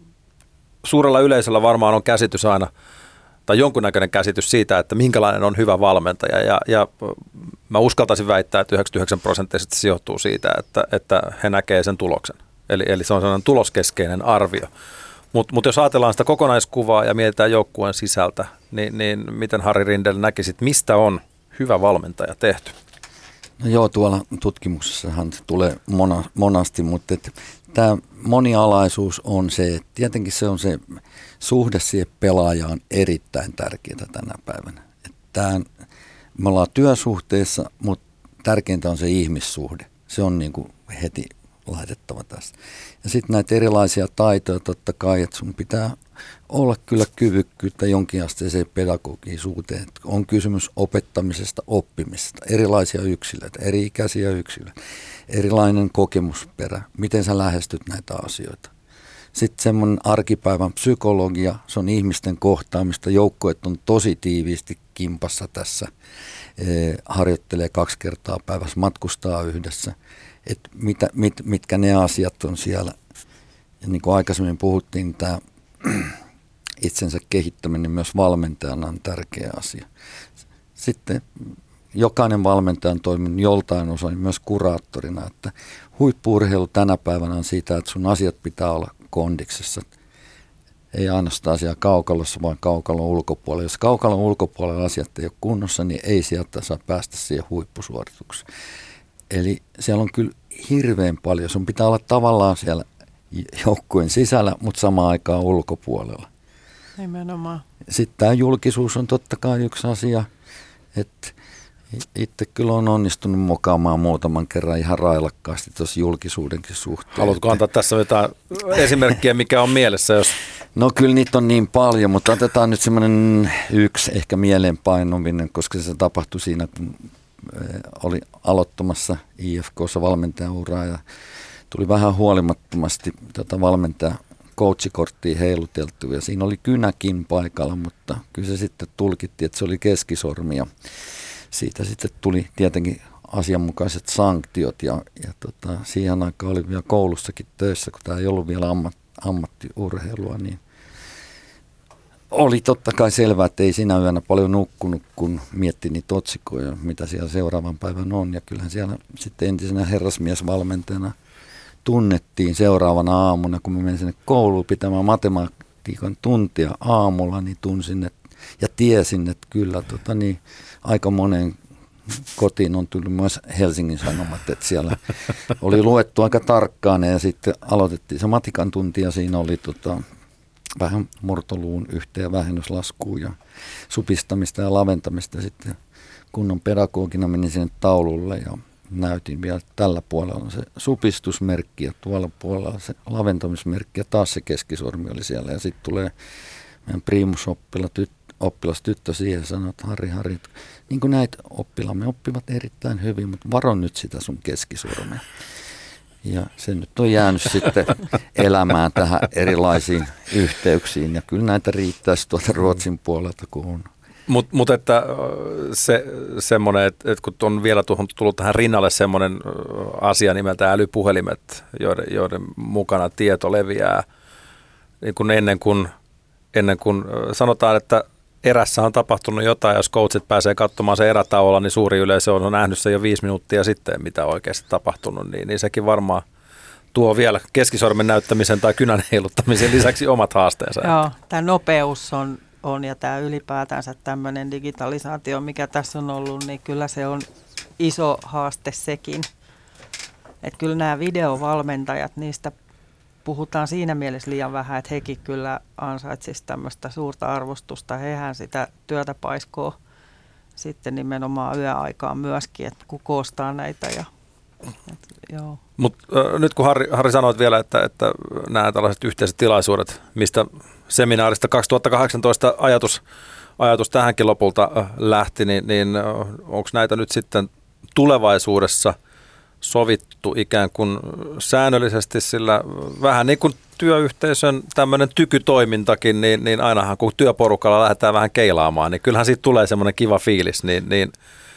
suurella yleisöllä varmaan on käsitys aina, tai jonkunnäköinen käsitys siitä, että minkälainen on hyvä valmentaja. Ja, ja mä uskaltaisin väittää, että yhdeksänkymmentäyhdeksän prosenttisesti se johtuu siitä, että, että he näkee sen tuloksen. Eli, eli se on sellainen tuloskeskeinen arvio. Mutta mut jos ajatellaan sitä kokonaiskuvaa ja mietitään joukkueen sisältä, niin, niin miten Harri Rindel näkisit, mistä on hyvä valmentaja tehty? No joo, tuolla tutkimuksessahan tulee mona, monasti, mutta tämä monialaisuus on se, että tietenkin se on se suhde siihen pelaajaan erittäin tärkeää tänä päivänä. Että me ollaan työsuhteessa, mutta tärkeintä on se ihmissuhde. Se on niin kuin heti laitettava tästä. Ja sitten näitä erilaisia taitoja totta kai, että sun pitää olla kyllä kyvykkyyttä jonkinasteiseen pedagogisuuteen. On kysymys opettamisesta, oppimisesta, erilaisia yksilöitä, eri-ikäisiä yksilöitä, erilainen kokemusperä, miten sä lähestyt näitä asioita. Sitten semmoinen arkipäivän psykologia, se on ihmisten kohtaamista, joukkueet on tosi tiiviisti kimpassa tässä, e, harjoittelee kaksi kertaa päivässä, matkustaa yhdessä, että mitä, mit, mitkä ne asiat on siellä. Ja niin kuin aikaisemmin puhuttiin, tämä itsensä kehittäminen myös valmentajana on tärkeä asia. Sitten jokainen valmentaja on toiminut joltain osin myös kuraattorina, että huippu-urheilu tänä päivänä on siitä, että sun asiat pitää olla kondiksessa. Ei ainoastaan siellä kaukalossa, vaan kaukalon ulkopuolella. Jos kaukalon ulkopuolella asiat ei ole kunnossa, niin ei sieltä saa päästä siihen huippusuoritukseen. Eli siellä on kyllä hirveän paljon. Sun pitää olla tavallaan siellä joukkueen sisällä, mutta samaan aikaan ulkopuolella. Nimenomaan. Sitten tämä julkisuus on totta kai yksi asia, että itse kyllä on onnistunut mokaamaan muutaman kerran ihan railakkaasti tuossa julkisuudenkin suhteen. Haluatko antaa tässä jotain esimerkkiä, mikä on mielessä? Jos... No kyllä niitä on niin paljon, mutta otetaan nyt semmoinen yksi ehkä mieleenpainuvinen, koska se tapahtui siinä, kun oli aloittamassa I F K:ssa valmentajauraa ja tuli vähän huolimattomasti tätä valmentaja coachikorttia heiluteltu ja siinä oli kynäkin paikalla, mutta kyllä se sitten tulkittiin, että se oli keskisormi ja siitä sitten tuli tietenkin asianmukaiset sanktiot ja, ja tota, siihen aikaan oli vielä koulussakin töissä, kun tämä ei ollut vielä ammat, ammattiurheilua, niin oli totta kai selvää, että ei sinä yönä paljon nukkunut, kun mietti niitä otsikoja, mitä siellä seuraavan päivän on. Ja kyllähän siellä sitten entisenä herrasmiesvalmentajana tunnettiin seuraavana aamuna, kun mä menin sinne kouluun pitämään matematiikan tuntia aamulla, niin tunsin että, ja tiesin, että kyllä tota, niin, aika monen kotiin on tullut myös Helsingin Sanomat, että siellä oli luettu aika tarkkaan ja sitten aloitettiin se matikan tunti ja siinä oli tota, vähän murtoluun yhteen vähennyslaskuun ja supistamista ja laventamista. Sitten kunnon pedagogina menin sinne taululle ja näytin vielä, että tällä puolella on se supistusmerkki ja tuolla puolella on se laventamismerkki ja taas se keskisormi oli siellä. Ja sitten tulee meidän priimusoppila tyt- oppilastyttö siihen sanoi, että Harri, Harri, niin kuin näitä oppilaamme oppivat erittäin hyvin, mutta varo nyt sitä sun keskisormea. Ja se nyt on jäänyt sitten elämään tähän erilaisiin yhteyksiin ja kyllä näitä riittäisi tuolta Ruotsin puolelta, kun on. Mutta mut että se, semmoinen, että et kun on vielä tuohon tullut tähän rinnalle semmoinen asia nimeltä älypuhelimet, joiden, joiden mukana tieto leviää niin kun ennen kuin ennen kuin sanotaan, että erässä on tapahtunut jotain, jos coachit pääsee katsomaan se erätauolla, niin suuri yleisö on nähnyt sen jo viisi minuuttia sitten, mitä oikeasti tapahtunut, niin, niin sekin varmaan tuo vielä keskisormen näyttämisen tai kynän heiluttamisen lisäksi omat haasteensa. Joo, tämä nopeus on, on ja tämä ylipäätänsä tämmöinen digitalisaatio, mikä tässä on ollut, niin kyllä se on iso haaste sekin. Että kyllä nämä videovalmentajat, niistä puhutaan siinä mielessä liian vähän, että hekin kyllä ansaitsisi tämmöistä suurta arvostusta. Hehän sitä työtä paiskoo sitten nimenomaan yöaikaan myöskin, että kun koostaa näitä. Ja, et, joo. Mut, äh, nyt kun Harri, Harri sanoit vielä, että, että nämä tällaiset yhteiset tilaisuudet, mistä seminaarista kaksituhattakahdeksantoista ajatus, ajatus tähänkin lopulta äh, lähti, niin, niin äh, onko näitä nyt sitten tulevaisuudessa sovittu ikään kuin säännöllisesti, sillä vähän niin kuin työyhteisön tämmöinen tykytoimintakin, niin, niin ainahan kun työporukalla lähdetään vähän keilaamaan, niin kyllähän siitä tulee semmoinen kiva fiilis, niin, niin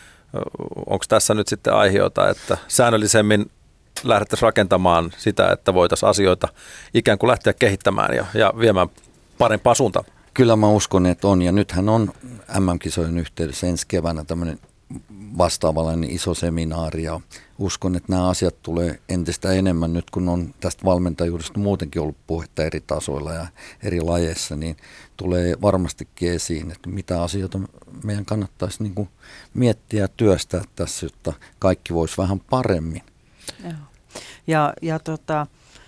onko tässä nyt sitten aiheota, että säännöllisemmin lähdettäisiin rakentamaan sitä, että voitaisiin asioita ikään kuin lähteä kehittämään ja, ja viemään parempaa suuntaan? Kyllä mä uskon, että on, ja nythän on M M-kisojen yhteydessä ensi keväänä tämmöinen vastaavallainen iso seminaari, ja uskon, että nämä asiat tulee entistä enemmän nyt, kun on tästä valmentajuudesta muutenkin ollut puhetta eri tasoilla ja eri lajeissa, niin tulee varmastikin esiin, että mitä asioita meidän kannattaisi niin kuin miettiä ja työstää tässä, jotta kaikki voisi vähän paremmin. Joo. Ja, ja tota,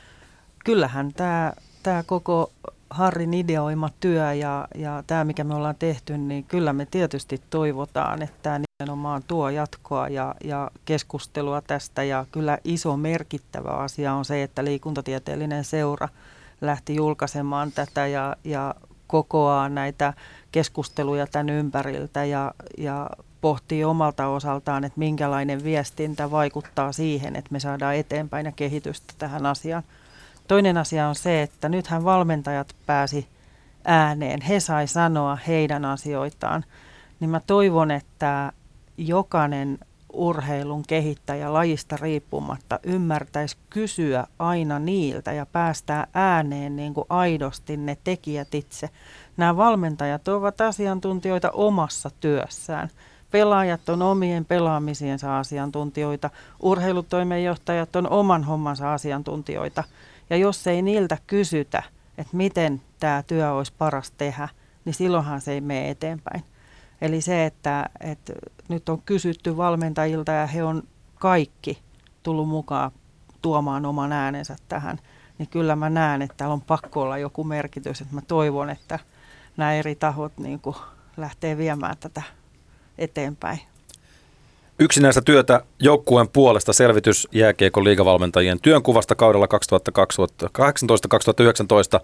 kyllähän tämä, tämä koko Harrin ideoima työ ja, ja tämä, mikä me ollaan tehty, niin kyllä me tietysti toivotaan, että tämä nimenomaan tuo jatkoa ja, ja keskustelua tästä. Ja kyllä iso merkittävä asia on se, että liikuntatieteellinen seura lähti julkaisemaan tätä ja, ja kokoaa näitä keskusteluja tämän ympäriltä ja, ja pohtii omalta osaltaan, että minkälainen viestintä vaikuttaa siihen, että me saadaan eteenpäin ja kehitystä tähän asiaan. Toinen asia on se, että nythän valmentajat pääsi ääneen, he sai sanoa heidän asioitaan, niin mä toivon, että jokainen urheilun kehittäjä lajista riippumatta ymmärtäisi kysyä aina niiltä ja päästää ääneen niin kuin aidosti ne tekijät itse. Nämä valmentajat ovat asiantuntijoita omassa työssään. Pelaajat on omien pelaamisiensa asiantuntijoita, urheilutoimenjohtajat on oman hommansa asiantuntijoita. Ja jos ei niiltä kysytä, että miten tämä työ olisi paras tehdä, niin silloinhan se ei mene eteenpäin. Eli se, että, että nyt on kysytty valmentajilta ja he on kaikki tullut mukaan tuomaan oman äänensä tähän, niin kyllä mä näen, että täällä on pakko olla joku merkitys. Että mä toivon, että nämä eri tahot niin kuin lähtee viemään tätä eteenpäin. Yksinäistä työtä joukkueen puolesta selvitys jääkiekon liigavalmentajien työnkuvasta kaudella kaksituhattakahdeksantoista kaksituhattayhdeksäntoista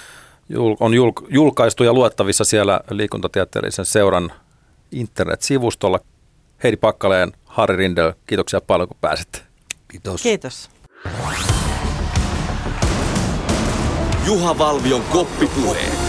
on julkaistu ja luettavissa siellä liikuntatieteellisen seuran internet-sivustolla. Heidi Pakkaleen, Harri Rindel, kiitoksia paljon kun pääsitte. Kiitos. Kiitos. Juha Valvion koppipuhe.